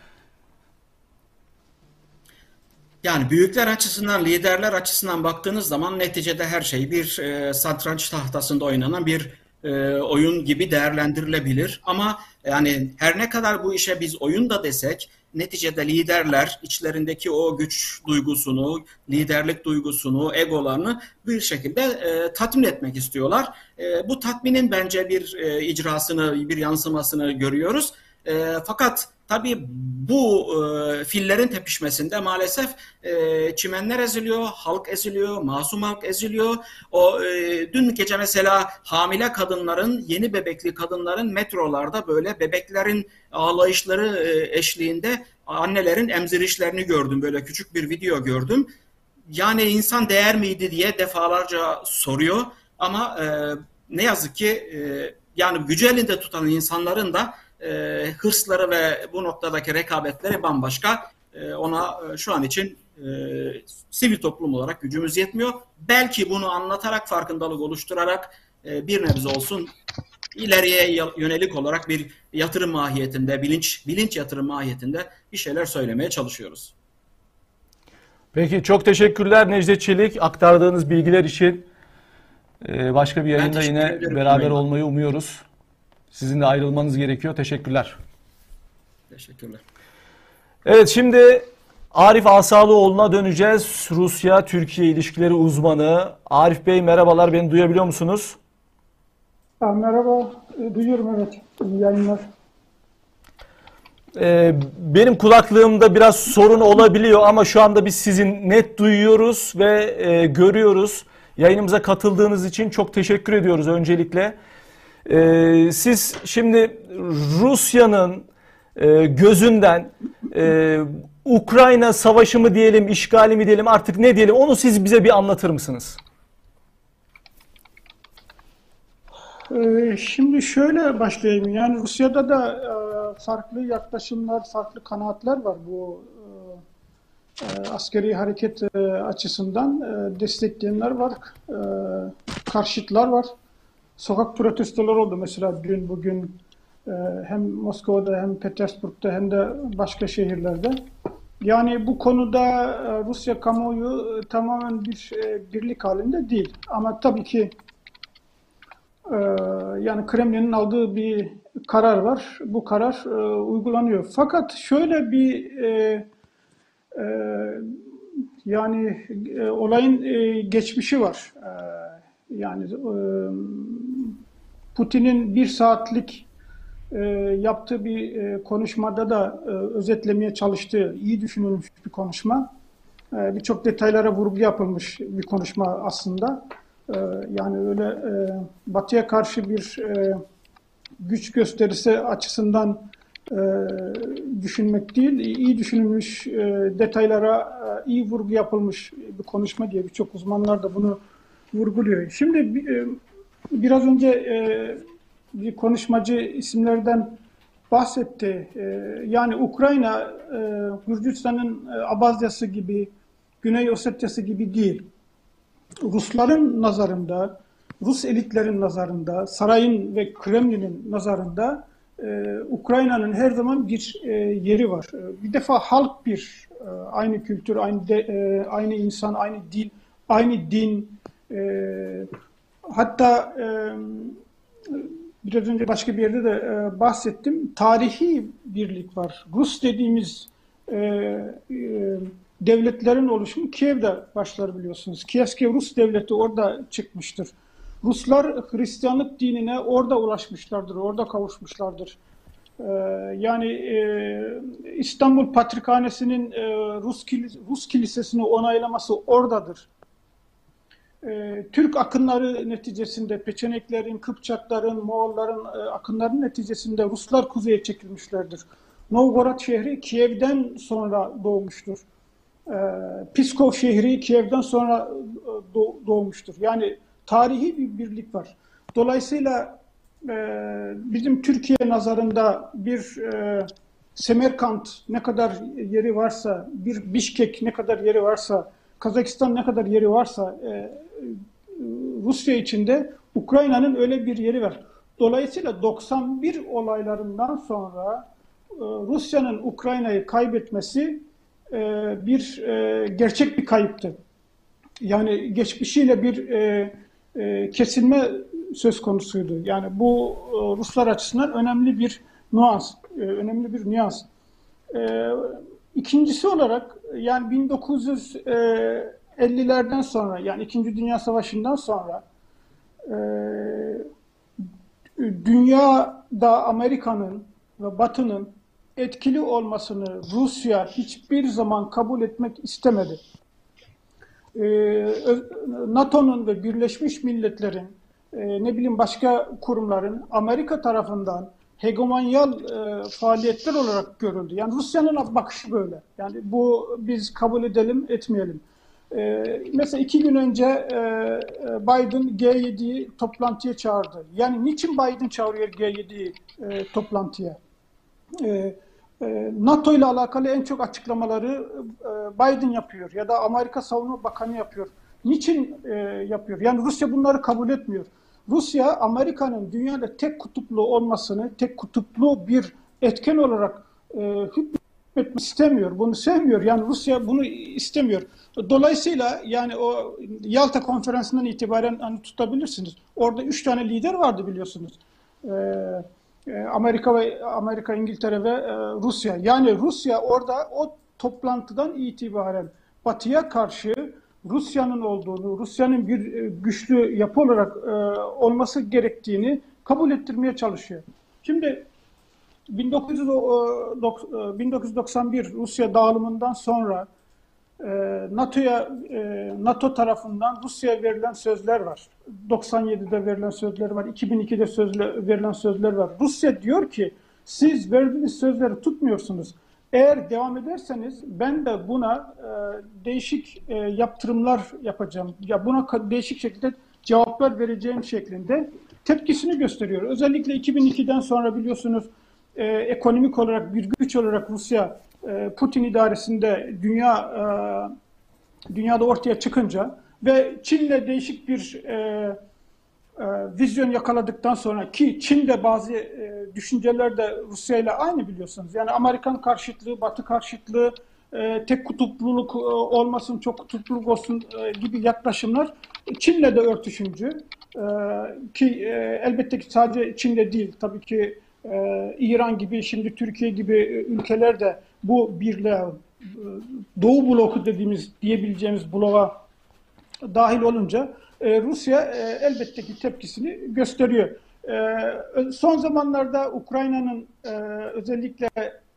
Yani büyükler açısından, liderler açısından baktığınız zaman neticede her şey bir e, satranç tahtasında oynanan bir e, oyun gibi değerlendirilebilir. Ama yani her ne kadar bu işe biz oyun da desek, neticede liderler içlerindeki o güç duygusunu, liderlik duygusunu, egolarını bir şekilde e, tatmin etmek istiyorlar. E, bu tatminin bence bir e, icrasını, bir yansımasını görüyoruz. E, fakat tabii bu e, fillerin tepişmesinde maalesef e, çimenler eziliyor, halk eziliyor, masum halk eziliyor. O e, dün gece mesela hamile kadınların, yeni bebekli kadınların metrolarda böyle bebeklerin ağlayışları e, eşliğinde annelerin emzirişlerini gördüm. Böyle küçük bir video gördüm. Yani insan değer miydi diye defalarca soruyor. Ama e, ne yazık ki e, yani gücü elinde tutan insanların da e, hırsları ve bu noktadaki rekabetleri bambaşka. E, ona e, şu an için e, sivil toplum olarak gücümüz yetmiyor. Belki bunu anlatarak, farkındalık oluşturarak e, bir nebze olsun ileriye yönelik olarak bir yatırım mahiyetinde, bilinç bilinç yatırım mahiyetinde bir şeyler söylemeye çalışıyoruz. Peki, çok teşekkürler Necdet Çelik aktardığınız bilgiler için. Ee, başka bir yayında yine ederim. beraber olmayı umuyoruz. Sizin de ayrılmanız gerekiyor. Teşekkürler. Teşekkürler. Evet, şimdi Arif Asalıoğlu'na döneceğiz. Rusya-Türkiye ilişkileri uzmanı. Arif Bey merhabalar, beni duyabiliyor musunuz? Ha, merhaba, e, duyuyorum, evet. İyi yayınlar. Ee, benim kulaklığımda biraz sorun olabiliyor ama şu anda biz sizi net duyuyoruz ve e, görüyoruz. Yayınımıza katıldığınız için çok teşekkür ediyoruz öncelikle. Ee, siz şimdi Rusya'nın e, gözünden e, Ukrayna savaşı mı diyelim, işgali mi diyelim, artık ne diyelim, onu siz bize bir anlatır mısınız? Ee, şimdi şöyle başlayayım. Yani Rusya'da da e, farklı yaklaşımlar, farklı kanaatler var bu e, e, askeri hareket e, açısından. E, destekleyenler var, e, karşıtlar var. Sokak protestoları oldu mesela dün, bugün e, hem Moskova'da hem Petersburg'da hem de başka şehirlerde. Yani bu konuda e, Rusya kamuoyu e, tamamen bir e, birlik halinde değil. Ama tabii ki e, yani Kremlin'in aldığı bir karar var. Bu karar e, uygulanıyor. Fakat şöyle bir e, e, yani e, olayın e, geçmişi var. E, yani e, Putin'in bir saatlik e, yaptığı bir e, konuşmada da e, özetlemeye çalıştığı iyi düşünülmüş bir konuşma. E, birçok detaylara vurgu yapılmış bir konuşma aslında. E, yani öyle e, Batı'ya karşı bir e, güç gösterisi açısından e, düşünmek değil, iyi düşünülmüş, e, detaylara e, iyi vurgu yapılmış bir konuşma diye birçok uzmanlar da bunu vurguluyor. Şimdi e, biraz önce e, bir konuşmacı isimlerden bahsetti. E, yani Ukrayna, e, Gürcistan'ın e, Abazya'sı gibi, Güney Osetya'sı gibi değil. Rusların nazarında, Rus elitlerin nazarında, sarayın ve Kremlin'in nazarında e, Ukrayna'nın her zaman bir e, yeri var. E, bir defa halk bir, e, aynı kültür, aynı de, e, aynı insan, aynı dil, aynı din. E, hatta e, biraz önce başka bir yerde de e, bahsettim. Tarihi birlik var. Rus dediğimiz e, e, devletlerin oluşumu Kiev'de başlar biliyorsunuz. Kievski Rus devleti orada çıkmıştır. Ruslar Hristiyanlık dinine orada ulaşmışlardır, orada kavuşmuşlardır. Ee, yani e, İstanbul Patrikhanesi'nin e, Rus, kilis Rus kilisesini onaylaması oradadır. Ee, Türk akınları neticesinde, Peçeneklerin, Kıpçakların, Moğolların e, akınların neticesinde Ruslar kuzeye çekilmişlerdir. Novgorod şehri Kiev'den sonra doğmuştur. Ee, Pskov şehri Kiev'den sonra doğmuştur. Yani tarihi bir birlik var. Dolayısıyla e, bizim Türkiye nazarında bir e, Semerkant ne kadar yeri varsa, bir Bişkek ne kadar yeri varsa, Kazakistan ne kadar yeri varsa e, Rusya içinde Ukrayna'nın öyle bir yeri var. Dolayısıyla doksan bir olaylarından sonra e, Rusya'nın Ukrayna'yı kaybetmesi e, bir e, gerçek bir kayıptı. Yani geçmişiyle bir e, e, kesilme söz konusuydu. Yani bu e, Ruslar açısından önemli bir nüans, e, önemli bir nüans. E, ikincisi olarak yani bin dokuz yüz ellilerden sonra yani İkinci Dünya Savaşı'ndan sonra e, dünyada Amerika'nın ve Batı'nın etkili olmasını Rusya hiçbir zaman kabul etmek istemedi. NATO'nun ve Birleşmiş Milletler'in, ne bileyim başka kurumların Amerika tarafından hegemonyal faaliyetler olarak görüldü. Yani Rusya'nın bakışı böyle. Yani bu biz kabul edelim, etmeyelim. Mesela iki gün önce Biden G yediyi toplantıya çağırdı. Yani niçin Biden çağırıyor G yediyi toplantıya? NATO ile alakalı en çok açıklamaları Biden yapıyor ya da Amerika Savunma Bakanı yapıyor. Niçin yapıyor? Yani Rusya bunları kabul etmiyor. Rusya, Amerika'nın dünyada tek kutuplu olmasını, tek kutuplu bir etken olarak hükmetmek istemiyor. Bunu sevmiyor. Yani Rusya bunu istemiyor. Dolayısıyla yani o Yalta Konferansı'ndan itibaren hani tutabilirsiniz. Orada üç tane lider vardı biliyorsunuz. Amerika ve Amerika, İngiltere ve Rusya. Yani Rusya orada o toplantıdan itibaren Batı'ya karşı Rusya'nın olduğunu, Rusya'nın bir güçlü yapı olarak olması gerektiğini kabul ettirmeye çalışıyor. Şimdi bin dokuz yüz doksan bir Rusya dağılımından sonra NATO'ya NATO tarafından Rusya'ya verilen sözler var. doksan yedide verilen sözler var. iki bin ikide sözle, verilen sözler var. Rusya diyor ki siz verdiğiniz sözleri tutmuyorsunuz. Eğer devam ederseniz ben de buna e, değişik e, yaptırımlar yapacağım. Ya buna değişik şekilde cevaplar vereceğim şeklinde tepkisini gösteriyor. Özellikle iki bin ikiden sonra biliyorsunuz e, ekonomik olarak bir güç olarak Rusya e, Putin idaresinde dünya e, dünyada ortaya çıkınca ve Çin'le değişik bir e, e, vizyon yakaladıktan sonra ki Çin'de bazı e, düşünceler de Rusya ile aynı biliyorsunuz. Yani Amerikan karşıtlığı, Batı karşıtlığı, e, tek kutupluluk e, olmasın, çok kutupluluk olsun e, gibi yaklaşımlar Çin'le de örtüşümcü. E, ki e, elbette ki sadece Çin'le değil, tabii ki e, İran gibi, şimdi Türkiye gibi ülkeler de bu birliğe, Doğu bloku dediğimiz, diyebileceğimiz bloğa dahil olunca e, Rusya e, elbette ki tepkisini gösteriyor. E, son zamanlarda Ukrayna'nın e, özellikle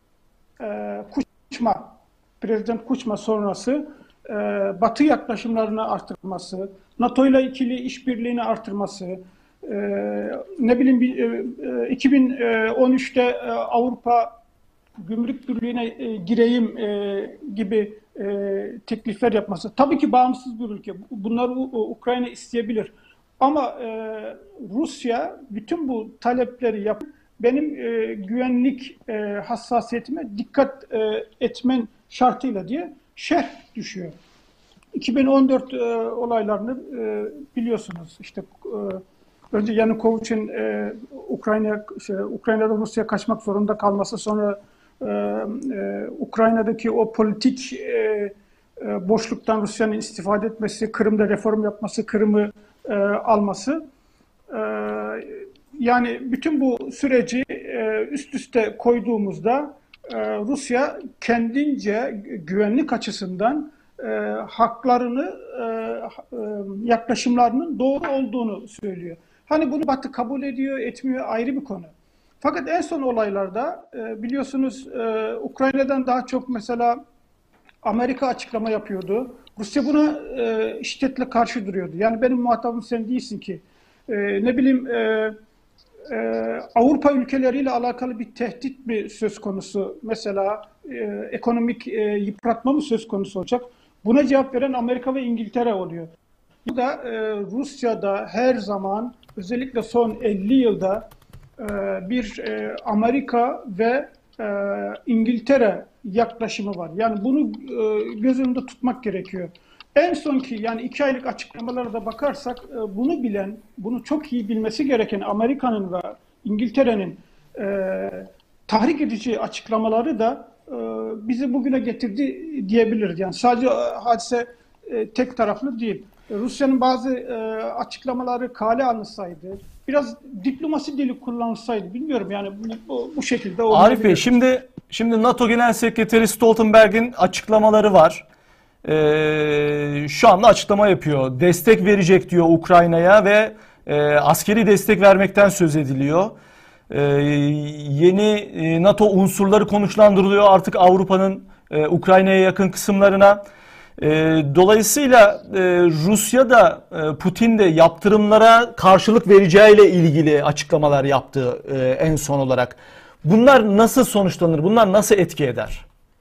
e, Kuçma, Prezident Kuçma sonrası e, Batı yaklaşımlarını artırması, NATO ile ikili işbirliğini artırması, e, ne bileyim e, iki bin on üçte e, Avrupa Gümrük Birliği'ne e, gireyim e, gibi e, teklifler yapması. Tabii ki bağımsız bir ülke. Bunları Ukrayna isteyebilir. Ama e, Rusya bütün bu talepleri yapıp benim e, güvenlik e, hassasiyetime dikkat e, etmen şartıyla diye şerh düşüyor. iki bin on dört e, olaylarını e, biliyorsunuz. İşte e, önce Yanukovych'in e, Ukrayna şey, Ukrayna'da Rusya kaçmak zorunda kalması, sonra Ee, e, Ukrayna'daki o politik e, e, boşluktan Rusya'nın istifade etmesi, Kırım'da reform yapması, Kırım'ı e, alması. E, yani bütün bu süreci e, üst üste koyduğumuzda e, Rusya kendince güvenlik açısından e, haklarını, e, e, yaklaşımlarının doğru olduğunu söylüyor. Hani bunu Batı kabul ediyor, etmiyor ayrı bir konu. Fakat en son olaylarda biliyorsunuz Ukrayna'dan daha çok mesela Amerika açıklama yapıyordu. Rusya buna şiddetle karşı duruyordu. Yani benim muhatabım sen değilsin ki. Ne bileyim Avrupa ülkeleriyle alakalı bir tehdit mi söz konusu? Mesela ekonomik yıpratma mı söz konusu olacak? Buna cevap veren Amerika ve İngiltere oluyor. Bu da Rusya'da her zaman özellikle son elli yılda bir Amerika ve İngiltere yaklaşımı var. Yani bunu göz önünde tutmak gerekiyor. En sonki yani iki aylık açıklamalara da bakarsak bunu bilen, bunu çok iyi bilmesi gereken Amerika'nın ve İngiltere'nin tahrik edici açıklamaları da bizi bugüne getirdi diyebiliriz. Yani sadece hadise tek taraflı değil. Rusya'nın bazı açıklamaları kale alınsaydı, biraz diplomasi dili kullanılsaydı, bilmiyorum yani bu, bu, bu şekilde Arif Bey, şimdi Şimdi NATO Genel Sekreteri Stoltenberg'in açıklamaları var. Ee, şu anda açıklama yapıyor. Destek verecek diyor Ukrayna'ya ve e, askeri destek vermekten söz ediliyor. Ee, yeni e, NATO unsurları konuşlandırılıyor artık Avrupa'nın e, Ukrayna'ya yakın kısımlarına. E, dolayısıyla e, Rusya da e, Putin de yaptırımlara karşılık vereceğiyle ilgili açıklamalar yaptı e, en son olarak. Bunlar nasıl sonuçlanır? Bunlar nasıl etki eder?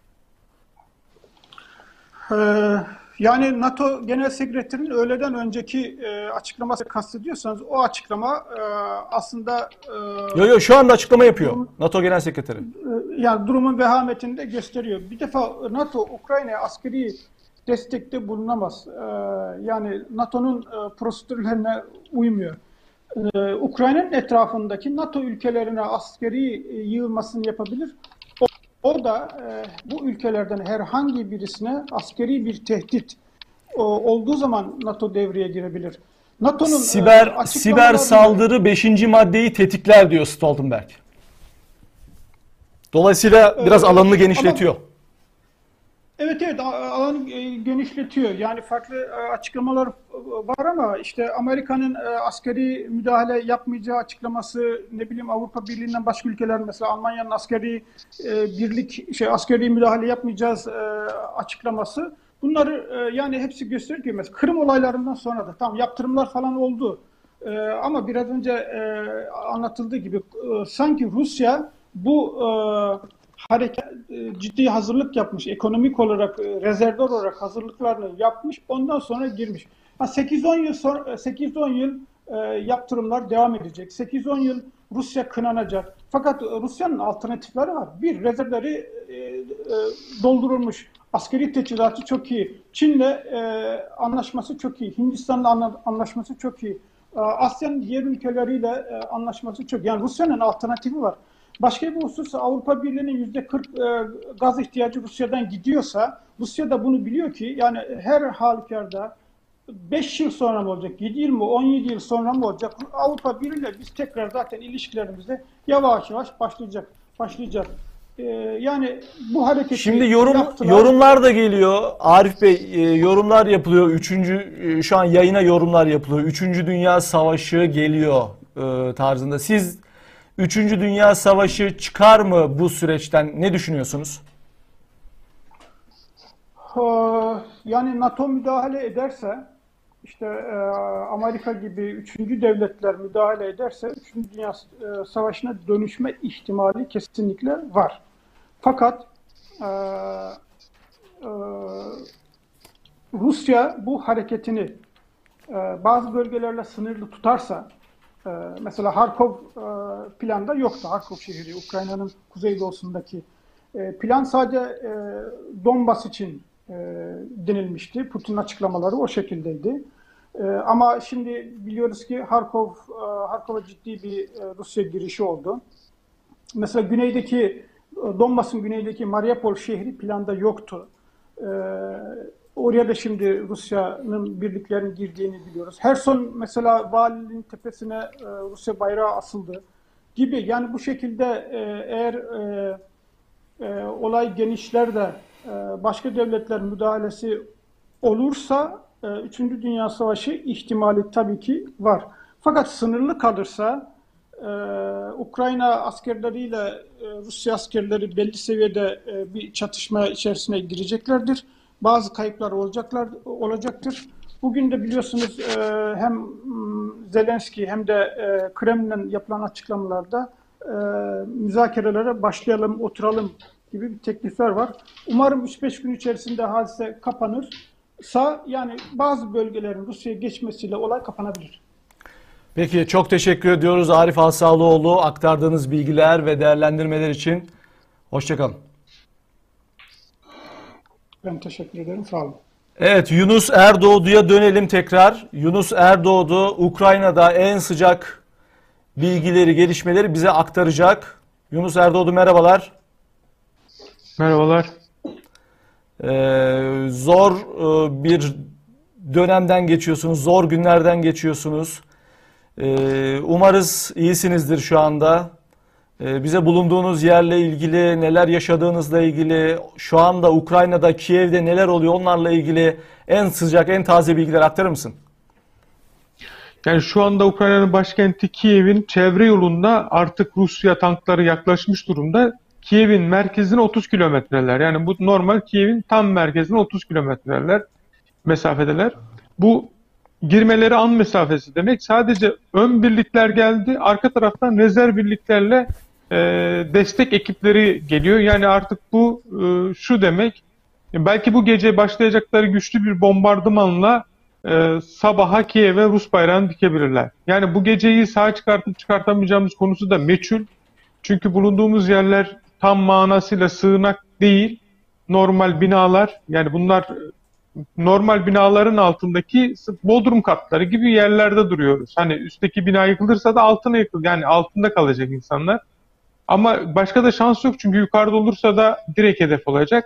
Ee, yani NATO Genel Sekreterinin öğleden önceki e, açıklaması kastediyorsanız o açıklama e, aslında e, Yo yo şu anda açıklama yapıyor NATO Genel Sekreteri. e, yani durumun vehametini de gösteriyor. Bir defa NATO Ukrayna'ya askeri destekte bulunamaz. Ee, yani NATO'nun e, prosedürlerine uymuyor. Ee, Ukrayna'nın etrafındaki NATO ülkelerine askeri e, yığılmasını yapabilir. O, o da e, bu ülkelerden herhangi birisine askeri bir tehdit o, olduğu zaman NATO devreye girebilir. NATO'nun Siber e, siber saldırı beşinci maddeyi tetikler diyor Stoltenberg. Dolayısıyla biraz Ee, alanını genişletiyor. Ama, evet evet alanı genişletiyor. Yani farklı açıklamalar var ama işte Amerika'nın askeri müdahale yapmayacağı açıklaması, ne bileyim Avrupa Birliği'nden başka ülkeler mesela Almanya'nın askeri birlik şey askeri müdahale yapmayacağız açıklaması. Bunları yani hepsi gösteriyor ki mesela Kırım olaylarından sonra da tamam yaptırımlar falan oldu. Ama biraz önce anlatıldığı gibi sanki Rusya bu hareket ciddi hazırlık yapmış, ekonomik olarak, rezervler olarak hazırlıklarını yapmış, ondan sonra girmiş. sekiz on yıl sonra sekiz on yıl e, yaptırımlar devam edecek. sekiz on yıl Rusya kınanacak. Fakat Rusya'nın alternatifleri var. Bir, rezervleri e, e, doldurulmuş. Askeri teçhizatı çok iyi. Çin'le e, anlaşması çok iyi. Hindistan'la anlaşması çok iyi. E, Asya'nın diğer ülkeleriyle e, anlaşması çok iyi. Yani Rusya'nın alternatifi var. Başka bir husus Avrupa Birliği'nin yüzde kırk e, gaz ihtiyacı Rusya'dan gidiyorsa Rusya da bunu biliyor ki yani her halükarda beş yıl sonra mı olacak, yedi yıl mı, on yedi yıl sonra mı olacak? Avrupa Birliği'yle biz tekrar zaten ilişkilerimizde yavaş yavaş başlayacak. başlayacak. Ee, yani bu hareketi Şimdi yorum yaptılar. yorumlar da geliyor. Arif Bey e, yorumlar yapılıyor. Üçüncü e, şu an yayına yorumlar yapılıyor. Üçüncü Dünya Savaşı geliyor e, tarzında. Siz Üçüncü Dünya Savaşı çıkar mı bu süreçten? Ne düşünüyorsunuz? Yani NATO müdahale ederse, işte Amerika gibi üçüncü devletler müdahale ederse Üçüncü Dünya Savaşı'na dönüşme ihtimali kesinlikle var. Fakat Rusya bu hareketini bazı bölgelerle sınırlı tutarsa, mesela Harkov planda yoktu. Harkov şehri, Ukrayna'nın kuzeydoğusundaki plan sadece Donbas için denilmişti. Putin'in açıklamaları o şekildeydi. Ama şimdi biliyoruz ki Harkov, Harkov'a ciddi bir Rusya girişi oldu. Mesela güneydeki, Donbas'ın güneydeki Mariupol şehri planda yoktu. Oraya da şimdi Rusya'nın birliklerinin girdiğini biliyoruz. Herson mesela valinin tepesine Rusya bayrağı asıldı gibi. Yani bu şekilde eğer e, e, olay genişler de e, başka devletler müdahalesi olursa e, Üçüncü Dünya Savaşı ihtimali tabii ki var. Fakat sınırlı kalırsa e, Ukrayna askerleriyle e, Rusya askerleri belli seviyede e, bir çatışma içerisine gireceklerdir. Bazı kayıplar olacaklar olacaktır. Bugün de biliyorsunuz e, hem Zelenski hem de e, Kremlin'in yapılan açıklamalarda e, müzakerelere başlayalım, oturalım gibi bir teklifler var. Umarım üç beş gün içerisinde hadise kapanırsa yani bazı bölgelerin Rusya'ya geçmesiyle olay kapanabilir. Peki çok teşekkür ediyoruz Arif Asalıoğlu aktardığınız bilgiler ve değerlendirmeler için. Hoşçakalın. Ben teşekkür ederim. Sağ olun. Evet, Yunus Erdoğdu'ya dönelim tekrar. Yunus Erdoğdu Ukrayna'da en sıcak bilgileri, gelişmeleri bize aktaracak. Yunus Erdoğdu merhabalar. Merhabalar. Ee, zor e, bir dönemden geçiyorsunuz, zor günlerden geçiyorsunuz. Ee, umarız iyisinizdir şu anda. Ee, bize bulunduğunuz yerle ilgili, neler yaşadığınızla ilgili, şu anda Ukrayna'da, Kiev'de neler oluyor onlarla ilgili en sıcak, en taze bilgiler aktarır mısın? Yani şu anda Ukrayna'nın başkenti Kiev'in çevre yolunda artık Rusya tankları yaklaşmış durumda. Kiev'in merkezine otuz kilometreler. Yani bu normal Kiev'in tam merkezine otuz kilometreler mesafedeler. Bu girmeleri an mesafesi demek. Sadece ön birlikler geldi. Arka taraftan rezerv birliklerle e, destek ekipleri geliyor. Yani artık bu e, şu demek. Belki bu gece başlayacakları güçlü bir bombardımanla e, sabaha Kiev'e Rus bayrağını dikebilirler. Yani bu geceyi sağ çıkartıp çıkartamayacağımız konusu da meçhul. Çünkü bulunduğumuz yerler tam manasıyla sığınak değil, normal binalar. Yani bunlar normal binaların altındaki bodrum katları gibi yerlerde duruyoruz. Hani üstteki bina yıkılırsa da altına yıkıl, yani altında kalacak insanlar. Ama başka da şans yok çünkü yukarıda olursa da direkt hedef olacak.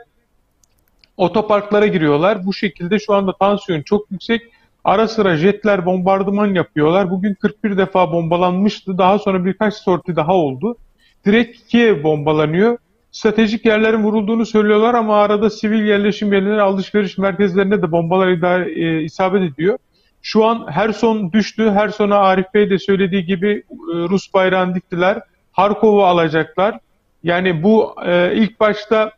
Otoparklara giriyorlar. Bu şekilde şu anda tansiyon çok yüksek. Ara sıra jetler bombardıman yapıyorlar. Bugün kırk bir defa bombalanmıştı. Daha sonra birkaç sorti daha oldu. Direkt Kiev bombalanıyor. Stratejik yerlerin vurulduğunu söylüyorlar ama arada sivil yerleşim yerleri, alışveriş merkezlerine de bombalar e, isabet ediyor. Şu an Herson düştü. Herson'a Arif Bey de söylediği gibi e, Rus bayrağını diktiler. Harkov'u alacaklar. Yani bu e, ilk başta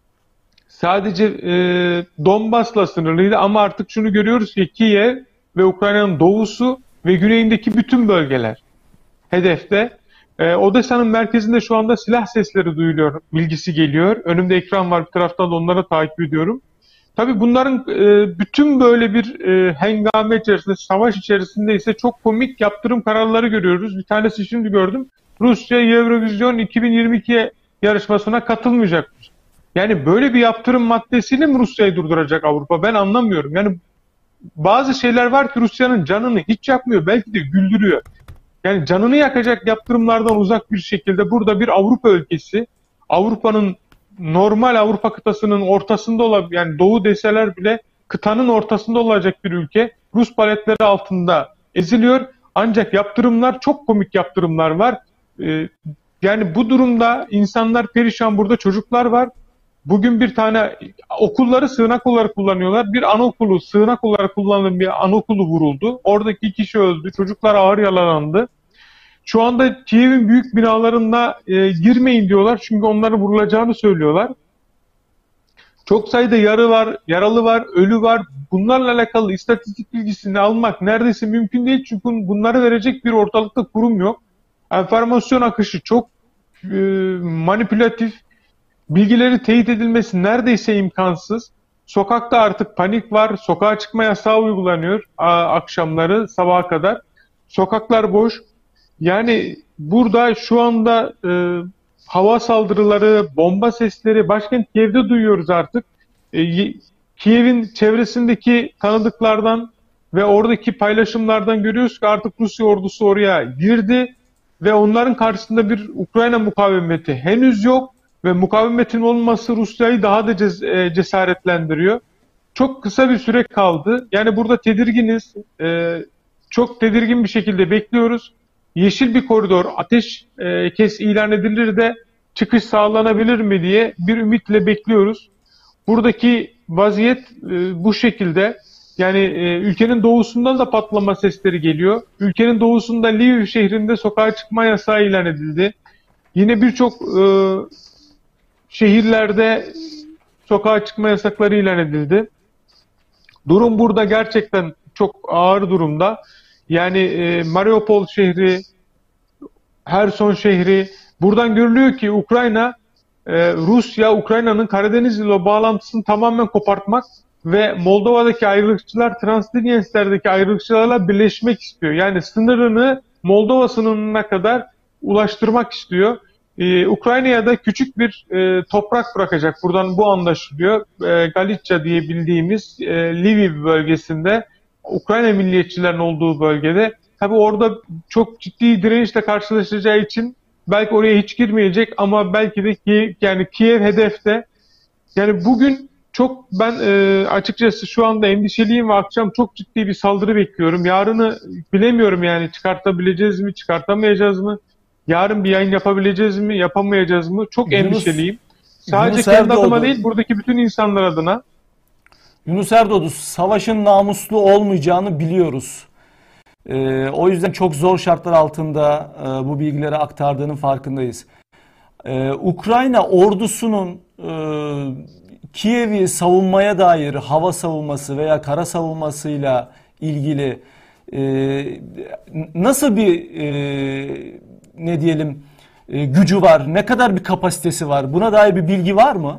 sadece e, Donbas'la sınırlıydı ama artık şunu görüyoruz ki Kiev ve Ukrayna'nın doğusu ve güneyindeki bütün bölgeler hedefte. E, Odessa'nın merkezinde şu anda silah sesleri duyuluyor, bilgisi geliyor. Önümde ekran var, bir taraftan da onları takip ediyorum. Tabii bunların e, bütün böyle bir e, hengame içerisinde, savaş içerisinde ise çok komik yaptırım kararları görüyoruz. Bir tanesi şimdi gördüm. Rusya Eurovision iki bin yirmi iki yarışmasına katılmayacakmış. Yani böyle bir yaptırım maddesiyle mi Rusya'yı durduracak Avrupa? Ben anlamıyorum. Yani bazı şeyler var ki Rusya'nın canını hiç yakmıyor, belki de güldürüyor. Yani canını yakacak yaptırımlardan uzak bir şekilde burada bir Avrupa ülkesi, Avrupa'nın normal Avrupa kıtasının ortasında olan, yani doğu deseler bile kıtanın ortasında olacak bir ülke Rus paletleri altında eziliyor. Ancak yaptırımlar, çok komik yaptırımlar var. Ee, yani bu durumda insanlar perişan, burada çocuklar var. Bugün bir tane okulları sığınak olarak kullanıyorlar. Bir anaokulu sığınak olarak kullanılan bir anaokulu vuruldu. Oradaki kişi öldü. Çocuklar ağır yaralandı. Şu anda Kiev'in büyük binalarına e, girmeyin diyorlar. Çünkü onların vurulacağını söylüyorlar. Çok sayıda yarı var, yaralı var, ölü var. Bunlarla alakalı istatistik bilgisini almak neredeyse mümkün değil. Çünkü bunları verecek bir ortalıkta kurum yok. Enformasyon akışı çok e, manipülatif. Bilgileri teyit edilmesi neredeyse imkansız. Sokakta artık panik var. Sokağa çıkma yasağı uygulanıyor akşamları sabaha kadar. Sokaklar boş. Yani burada şu anda e, hava saldırıları, bomba sesleri başkent Kiev'de duyuyoruz artık. E, Kiev'in çevresindeki tanıdıklardan ve oradaki paylaşımlardan görüyoruz ki artık Rusya ordusu oraya girdi ve onların karşısında bir Ukrayna mukavemeti henüz yok. Ve mukavemetin olması Rusya'yı daha da cesaretlendiriyor. Çok kısa bir süre kaldı. Yani burada tedirginiz. Çok tedirgin bir şekilde bekliyoruz. Yeşil bir koridor, ateş kes ilan edilir de çıkış sağlanabilir mi diye bir ümitle bekliyoruz. Buradaki vaziyet bu şekilde. Yani ülkenin doğusundan da patlama sesleri geliyor. Ülkenin doğusunda Lviv şehrinde sokağa çıkma yasağı ilan edildi. Yine birçok şehirlerde sokağa çıkma yasakları ilan edildi. Durum burada gerçekten çok ağır durumda. Yani e, Mariupol şehri, Herson şehri, buradan görülüyor ki Ukrayna, e, Rusya, Ukrayna'nın Karadeniz ile bağlantısını tamamen kopartmak ve Moldova'daki ayrılıkçılar, Transdinyestler'deki ayrılıkçılarla birleşmek istiyor. Yani sınırını Moldova sınırına kadar ulaştırmak istiyor. Ee, Ukrayna'ya da küçük bir e, toprak bırakacak. Buradan bu anlaşılıyor. E, Galicia diye bildiğimiz e, Lviv bölgesinde, Ukrayna milliyetçilerin olduğu bölgede. Tabii orada çok ciddi direnişle karşılaşacağı için belki oraya hiç girmeyecek ama belki de ki, yani Kiev hedefte. Yani bugün çok ben e, açıkçası şu anda endişeliyim ve akşam çok ciddi bir saldırı bekliyorum. Yarını bilemiyorum, yani çıkartabileceğiz mi, çıkartamayacağız mı? yarın bir yayın yapabileceğiz mi, yapamayacağız mı? Çok Yunus- endişeliyim. Sadece Yunus kendi adıma Erdoğdu- değil, buradaki bütün insanlar adına. Yunus Erdoğdu, savaşın namuslu olmayacağını biliyoruz. Ee, o yüzden çok zor şartlar altında e, bu bilgileri aktardığının farkındayız. Ee, Ukrayna ordusunun e, Kiev'i savunmaya dair hava savunması veya kara savunmasıyla ilgili e, nasıl bir e, ne diyelim e, gücü var, ne kadar bir kapasitesi var? Buna dair bir bilgi var mı?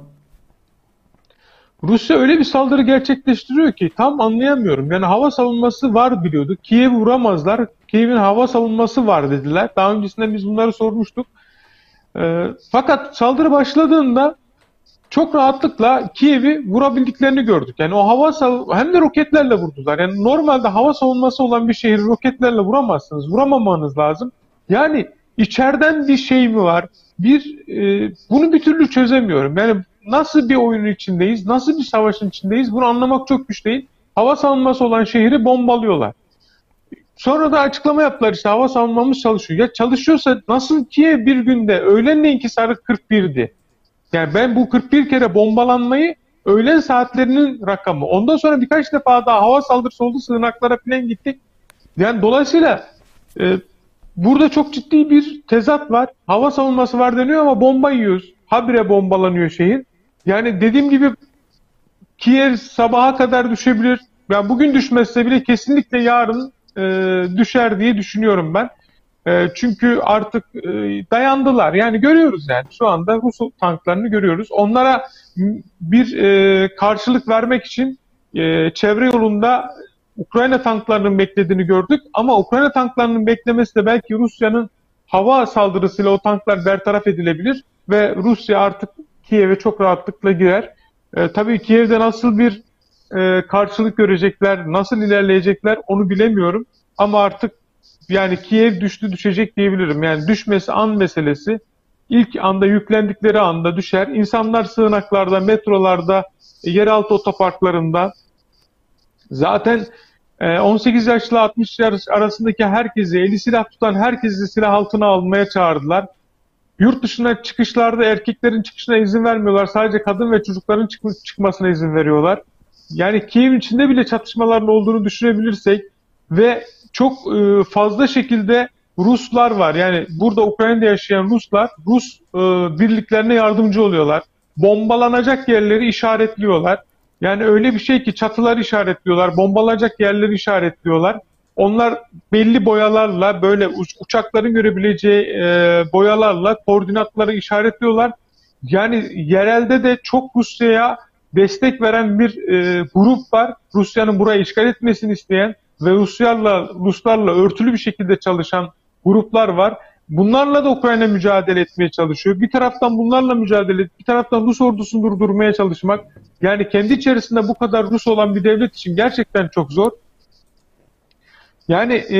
Rusya öyle bir saldırı gerçekleştiriyor ki tam anlayamıyorum. Yani hava savunması var biliyorduk. Kiev'i vuramazlar. Kiev'in hava savunması var dediler. Daha öncesinde biz bunları sormuştuk. Ee, fakat saldırı başladığında çok rahatlıkla Kiev'i vurabildiklerini gördük. Yani o hava sav- hem de roketlerle vurdular. Yani normalde hava savunması olan bir şehri roketlerle vuramazsınız. Vuramamanız lazım. Yani içeriden bir şey mi var? Bir e, bunu bir türlü çözemiyorum. Yani nasıl bir oyunun içindeyiz? Nasıl bir savaşın içindeyiz? Bunu anlamak çok güç değil. Hava savunması olan şehri bombalıyorlar. Sonra da açıklama yaptılar, işte hava savunmamız çalışıyor. Ya çalışıyorsa nasıl ki bir günde öğlenleyin ki saat kırk birdi. Yani ben bu kırk bir kere bombalanmayı öğlen saatlerinin rakamı. Ondan sonra birkaç defa daha hava saldırısı oldu. Sığınaklara falan gittik. Yani dolayısıyla e, burada çok ciddi bir tezat var. Hava savunması var deniyor ama bomba yiyoruz. Habire bombalanıyor şehir. Yani dediğim gibi Kiev sabaha kadar düşebilir. Yani bugün düşmezse bile kesinlikle yarın e, düşer diye düşünüyorum ben. E, çünkü artık e, dayandılar. Yani görüyoruz yani şu anda Rus tanklarını görüyoruz. Onlara bir e, karşılık vermek için e, çevre yolunda Ukrayna tanklarının beklediğini gördük. Ama Ukrayna tanklarının beklemesi de belki Rusya'nın hava saldırısıyla o tanklar bertaraf edilebilir ve Rusya artık Kiev'e çok rahatlıkla girer. E, tabii Kiev'de nasıl bir e, karşılık görecekler, nasıl ilerleyecekler onu bilemiyorum. Ama artık yani Kiev düştü düşecek diyebilirim. Yani düşmesi an meselesi. İlk anda yüklendikleri anda düşer. İnsanlar sığınaklarda, metrolarda, yeraltı otoparklarında. Zaten on sekiz yaşla altmış yaş arasındaki herkesi, eli silah tutan herkesi silah altına almaya çağırdılar. Yurt dışına çıkışlarda erkeklerin çıkışına izin vermiyorlar. Sadece kadın ve çocukların çık- çıkmasına izin veriyorlar. Yani Kiev'in içinde bile çatışmaların olduğunu düşünebilirsek ve çok e, fazla şekilde Ruslar var. Yani burada Ukrayna'da yaşayan Ruslar, Rus e, birliklerine yardımcı oluyorlar. Bombalanacak yerleri işaretliyorlar. Yani öyle bir şey ki çatılar işaretliyorlar, bombalanacak yerleri işaretliyorlar. Onlar belli boyalarla böyle uç- uçakların görebileceği e, boyalarla koordinatları işaretliyorlar. Yani yerelde de çok Rusya'ya destek veren bir e, grup var. Rusya'nın burayı işgal etmesini isteyen ve Ruslarla Ruslarla örtülü bir şekilde çalışan gruplar var. Bunlarla da Ukrayna mücadele etmeye çalışıyor. Bir taraftan bunlarla mücadele, bir taraftan Rus ordusunu durdurmaya çalışmak. Yani kendi içerisinde bu kadar Rus olan bir devlet için gerçekten çok zor. Yani e,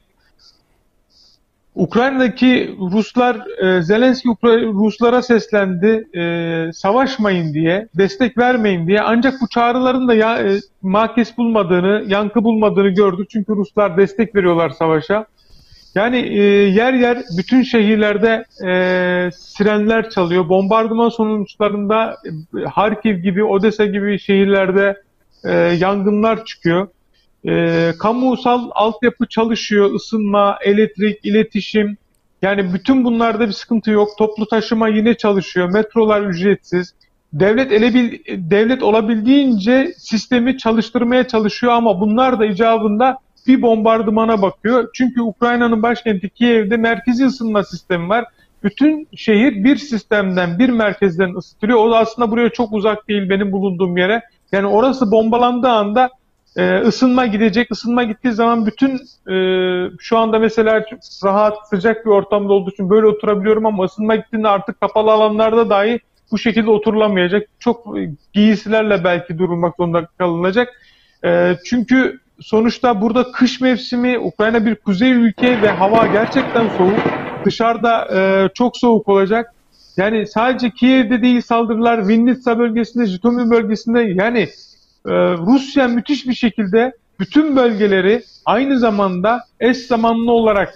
Ukrayna'daki Ruslar, e, Zelenski Ukra- Ruslara seslendi, e, savaşmayın diye, destek vermeyin diye. Ancak bu çağrıların da ya, e, makes bulmadığını, yankı bulmadığını gördük. Çünkü Ruslar destek veriyorlar savaşa. Yani e, yer yer bütün şehirlerde e, sirenler çalıyor. Bombardıman sonuçlarında e, Harkiv gibi, Odessa gibi şehirlerde e, yangınlar çıkıyor. E, kamusal altyapı çalışıyor, ısınma, elektrik, iletişim. Yani bütün bunlarda bir sıkıntı yok. Toplu taşıma yine çalışıyor. Metrolar ücretsiz. Devlet elebil, devlet olabildiğince sistemi çalıştırmaya çalışıyor ama bunlar da icabında bir bombardımana bakıyor. Çünkü Ukrayna'nın başkenti Kiev'de merkezi ısınma sistemi var. Bütün şehir bir sistemden, bir merkezden ısıtılıyor. O da aslında buraya çok uzak değil benim bulunduğum yere. Yani orası bombalandığı anda e, ısınma gidecek. Isınma gittiği zaman bütün e, şu anda mesela rahat, sıcak bir ortamda olduğu için böyle oturabiliyorum ama ısınma gittiğinde artık kapalı alanlarda dahi bu şekilde oturulamayacak. Çok giysilerle belki durulmak zorunda kalınacak. E, çünkü sonuçta burada kış mevsimi, Ukrayna bir kuzey ülke ve hava gerçekten soğuk. Dışarıda e, çok soğuk olacak. Yani sadece Kiev'de değil saldırılar, Vinnitsa bölgesinde, Jitomir bölgesinde yani e, Rusya müthiş bir şekilde bütün bölgeleri aynı zamanda eş zamanlı olarak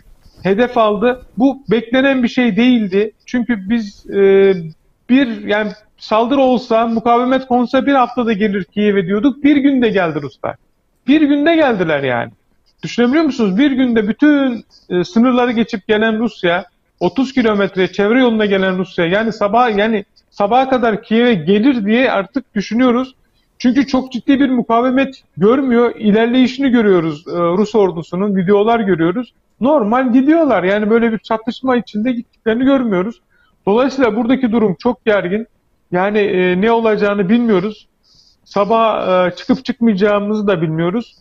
hedef aldı. Bu beklenen bir şey değildi. Çünkü biz e, bir yani saldırı olsa, mukavemet konsa bir haftada gelir Kiev'e diyorduk. Bir günde geldi Ruslar. Bir günde geldiler yani. Düşünebiliyor musunuz? Bir günde bütün e, sınırları geçip gelen Rusya, otuz kilometre çevre yoluna gelen Rusya, yani sabah yani sabaha kadar Kiev'e gelir diye artık düşünüyoruz. Çünkü çok ciddi bir mukavemet görmüyor. İlerleyişini görüyoruz e, Rus ordusunun, videolar görüyoruz. Normal gidiyorlar. Yani böyle bir çatışma içinde gittiklerini görmüyoruz. Dolayısıyla buradaki durum çok gergin. Yani e, ne olacağını bilmiyoruz. Sabah e, çıkıp çıkmayacağımızı da bilmiyoruz.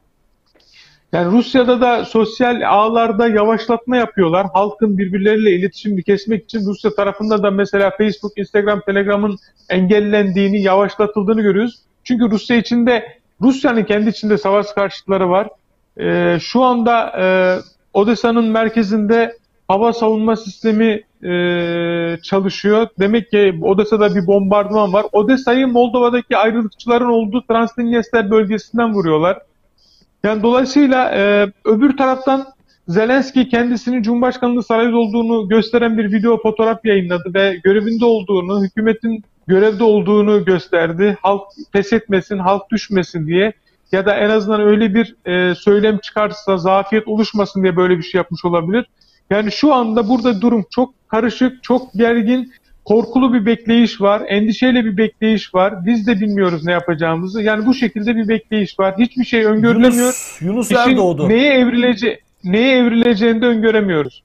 Yani Rusya'da da sosyal ağlarda yavaşlatma yapıyorlar. Halkın birbirleriyle iletişimini kesmek için Rusya tarafında da mesela Facebook, Instagram, Telegram'ın engellendiğini, yavaşlatıldığını görüyoruz. Çünkü Rusya içinde, Rusya'nın kendi içinde savaş karşıtları var. Ee, şu anda e, Odessa'nın merkezinde hava savunma sistemi e, çalışıyor. Demek ki Odessa'da bir bombardıman var. Odessa'yı Moldova'daki ayrılıkçıların olduğu Transnistria bölgesinden vuruyorlar. Yani dolayısıyla e, öbür taraftan Zelenski kendisinin Cumhurbaşkanlığı sarayında olduğunu gösteren bir video fotoğraf yayınladı ve görevinde olduğunu, hükümetin görevde olduğunu gösterdi. Halk pes etmesin, halk düşmesin diye, ya da en azından öyle bir e, söylem çıkarsa, zafiyet oluşmasın diye böyle bir şey yapmış olabilir. Yani şu anda burada durum çok karışık, çok gergin, korkulu bir bekleyiş var, endişeyle bir bekleyiş var. Biz de bilmiyoruz ne yapacağımızı. Yani bu şekilde bir bekleyiş var. Hiçbir şey öngörülemiyor. Yunus, Yunus İşin Erdoğdu. neye evrilece neye evrileceğini de öngöremiyoruz.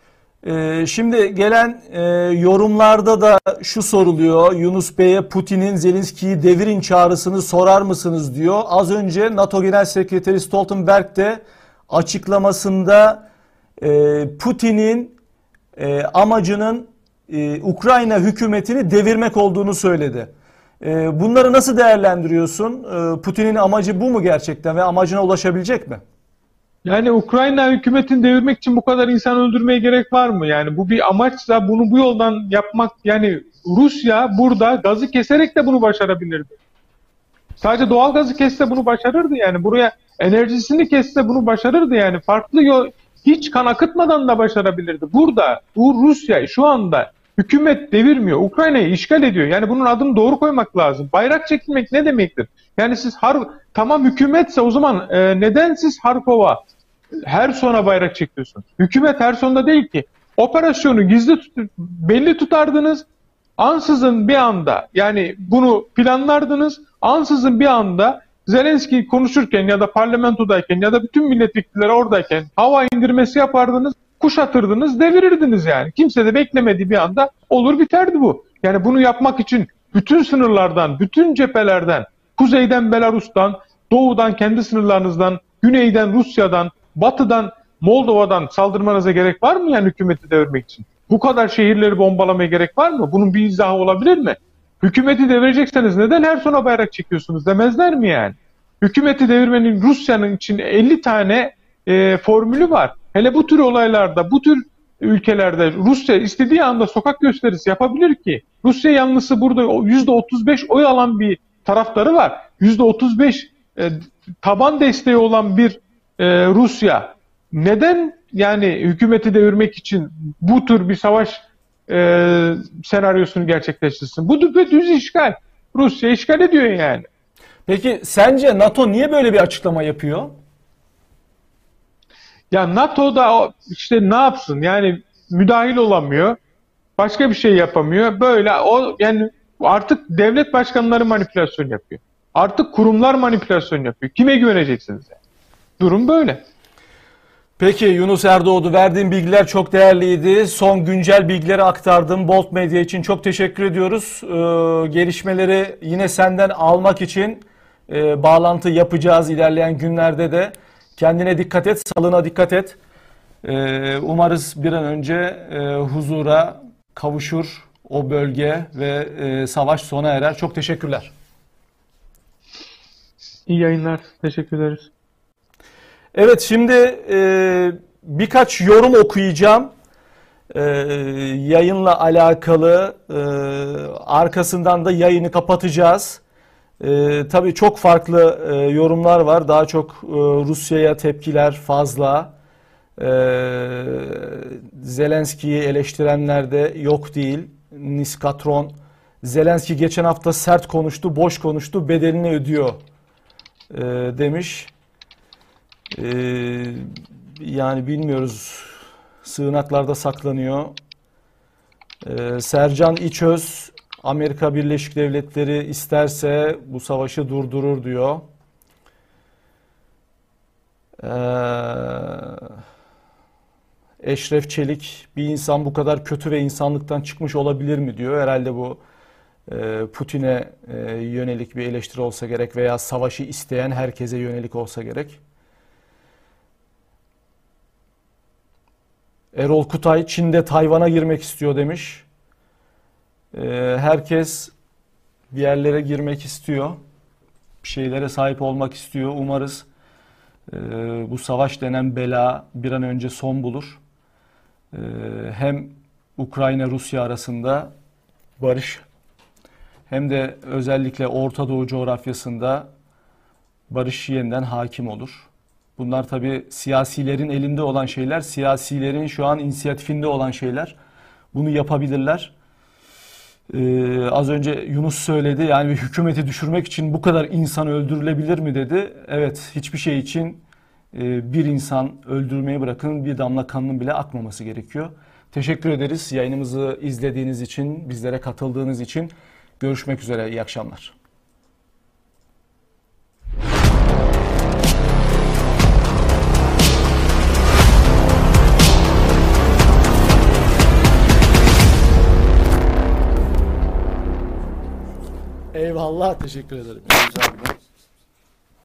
Ee, şimdi gelen e, yorumlarda da şu soruluyor. Yunus Bey'e Putin'in Zelenski'yi devirin çağrısını sorar mısınız diyor. Az önce NATO Genel Sekreteri Stoltenberg de açıklamasında e, Putin'in e, amacının e, Ukrayna hükümetini devirmek olduğunu söyledi. E, bunları nasıl değerlendiriyorsun? E, Putin'in amacı bu mu gerçekten ve amacına ulaşabilecek mi? Yani Ukrayna hükümetini devirmek için bu kadar insan öldürmeye gerek var mı? Yani bu bir amaçsa bunu bu yoldan yapmak, yani Rusya burada gazı keserek de bunu başarabilirdi. Sadece doğal gazı kesse bunu başarırdı yani. Buraya enerjisini kesse bunu başarırdı yani. Farklı yol, hiç kan akıtmadan da başarabilirdi. Burada bu Rusya şu anda hükümet devirmiyor. Ukrayna'yı işgal ediyor. Yani bunun adını doğru koymak lazım. Bayrak çekilmek ne demektir? Yani siz har tamam hükümetse o zaman e, neden siz Harkov'a, Herson'a bayrak çekiyorsunuz? Hükümet Herson'da değil ki. Operasyonu gizli tut belli tutardınız. Ansızın bir anda, yani bunu planlardınız. Ansızın bir anda Zelenski konuşurken ya da parlamentodayken ya da bütün milletvekilleri oradayken hava indirmesi yapardınız, kuşatırdınız, devirirdiniz yani. Kimse de beklemediği bir anda olur biterdi bu. Yani bunu yapmak için bütün sınırlardan, bütün cephelerden, kuzeyden Belarus'tan, doğudan kendi sınırlarınızdan, güneyden Rusya'dan, batıdan Moldova'dan saldırmanıza gerek var mı yani hükümeti devirmek için? Bu kadar şehirleri bombalamaya gerek var mı? Bunun bir izahı olabilir mi? Hükümeti devirecekseniz neden her sona bayrak çekiyorsunuz demezler mi yani? Hükümeti devirmenin Rusya'nın için elli tane e, formülü var. Hele bu tür olaylarda, bu tür ülkelerde Rusya istediği anda sokak gösterisi yapabilir ki. Rusya yanlısı burada yüzde otuz beş oy alan bir taraftarı var. yüzde otuz beş e, taban desteği olan bir e, Rusya neden yani hükümeti devirmek için bu tür bir savaş e, senaryosunu gerçekleştirsin? Bu düz işgal. Rusya işgal ediyor yani. Peki sence NATO niye böyle bir açıklama yapıyor? Ya NATO da işte ne yapsın? Yani müdahil olamıyor. Başka bir şey yapamıyor. Böyle o yani artık devlet başkanları manipülasyon yapıyor. Artık kurumlar manipülasyon yapıyor. Kime güveneceksiniz yani? Durum böyle. Peki Yunus Erdoğdu, verdiğin bilgiler çok değerliydi. Son güncel bilgileri aktardım. Bolt Medya için çok teşekkür ediyoruz. Ee, gelişmeleri yine senden almak için e, bağlantı yapacağız ilerleyen günlerde de. Kendine dikkat et, sağlığına dikkat et. Ee, umarız bir an önce e, huzura kavuşur o bölge ve e, savaş sona erer. Çok teşekkürler. İyi yayınlar. Teşekkür ederiz. Evet, şimdi e, birkaç yorum okuyacağım. E, yayınla alakalı, e, arkasından da yayını kapatacağız. E, tabii çok farklı e, yorumlar var. Daha çok e, Rusya'ya tepkiler fazla. Ee, Zelenski'yi eleştirenler de yok değil. Niskatron, Zelenski geçen hafta sert konuştu, boş konuştu, bedelini ödüyor e, demiş. E, yani bilmiyoruz, sığınaklarda saklanıyor. E, Sercan İçöz, Amerika Birleşik Devletleri isterse bu savaşı durdurur diyor. Eee... Eşref Çelik, bir insan bu kadar kötü ve insanlıktan çıkmış olabilir mi diyor. Herhalde bu e, Putin'e e, yönelik bir eleştiri olsa gerek veya savaşı isteyen herkese yönelik olsa gerek. Erol Kutay, Çin'de Tayvan'a girmek istiyor demiş. E, herkes bir yerlere girmek istiyor. Bir şeylere sahip olmak istiyor. Umarız e, bu savaş denen bela bir an önce son bulur. Hem Ukrayna-Rusya arasında barış hem de özellikle Orta Doğu coğrafyasında barış yeniden hakim olur. Bunlar tabii siyasilerin elinde olan şeyler, siyasilerin şu an inisiyatifinde olan şeyler. Bunu yapabilirler. Ee, az önce Yunus söyledi, yani bir hükümeti düşürmek için bu kadar insan öldürülebilir mi dedi. Evet, hiçbir şey için bir insan öldürmeyi bırakın, bir damla kanının bile akmaması gerekiyor. Teşekkür ederiz yayınımızı izlediğiniz için, bizlere katıldığınız için. Görüşmek üzere, iyi akşamlar. Eyvallah, teşekkür ederim. Güzel.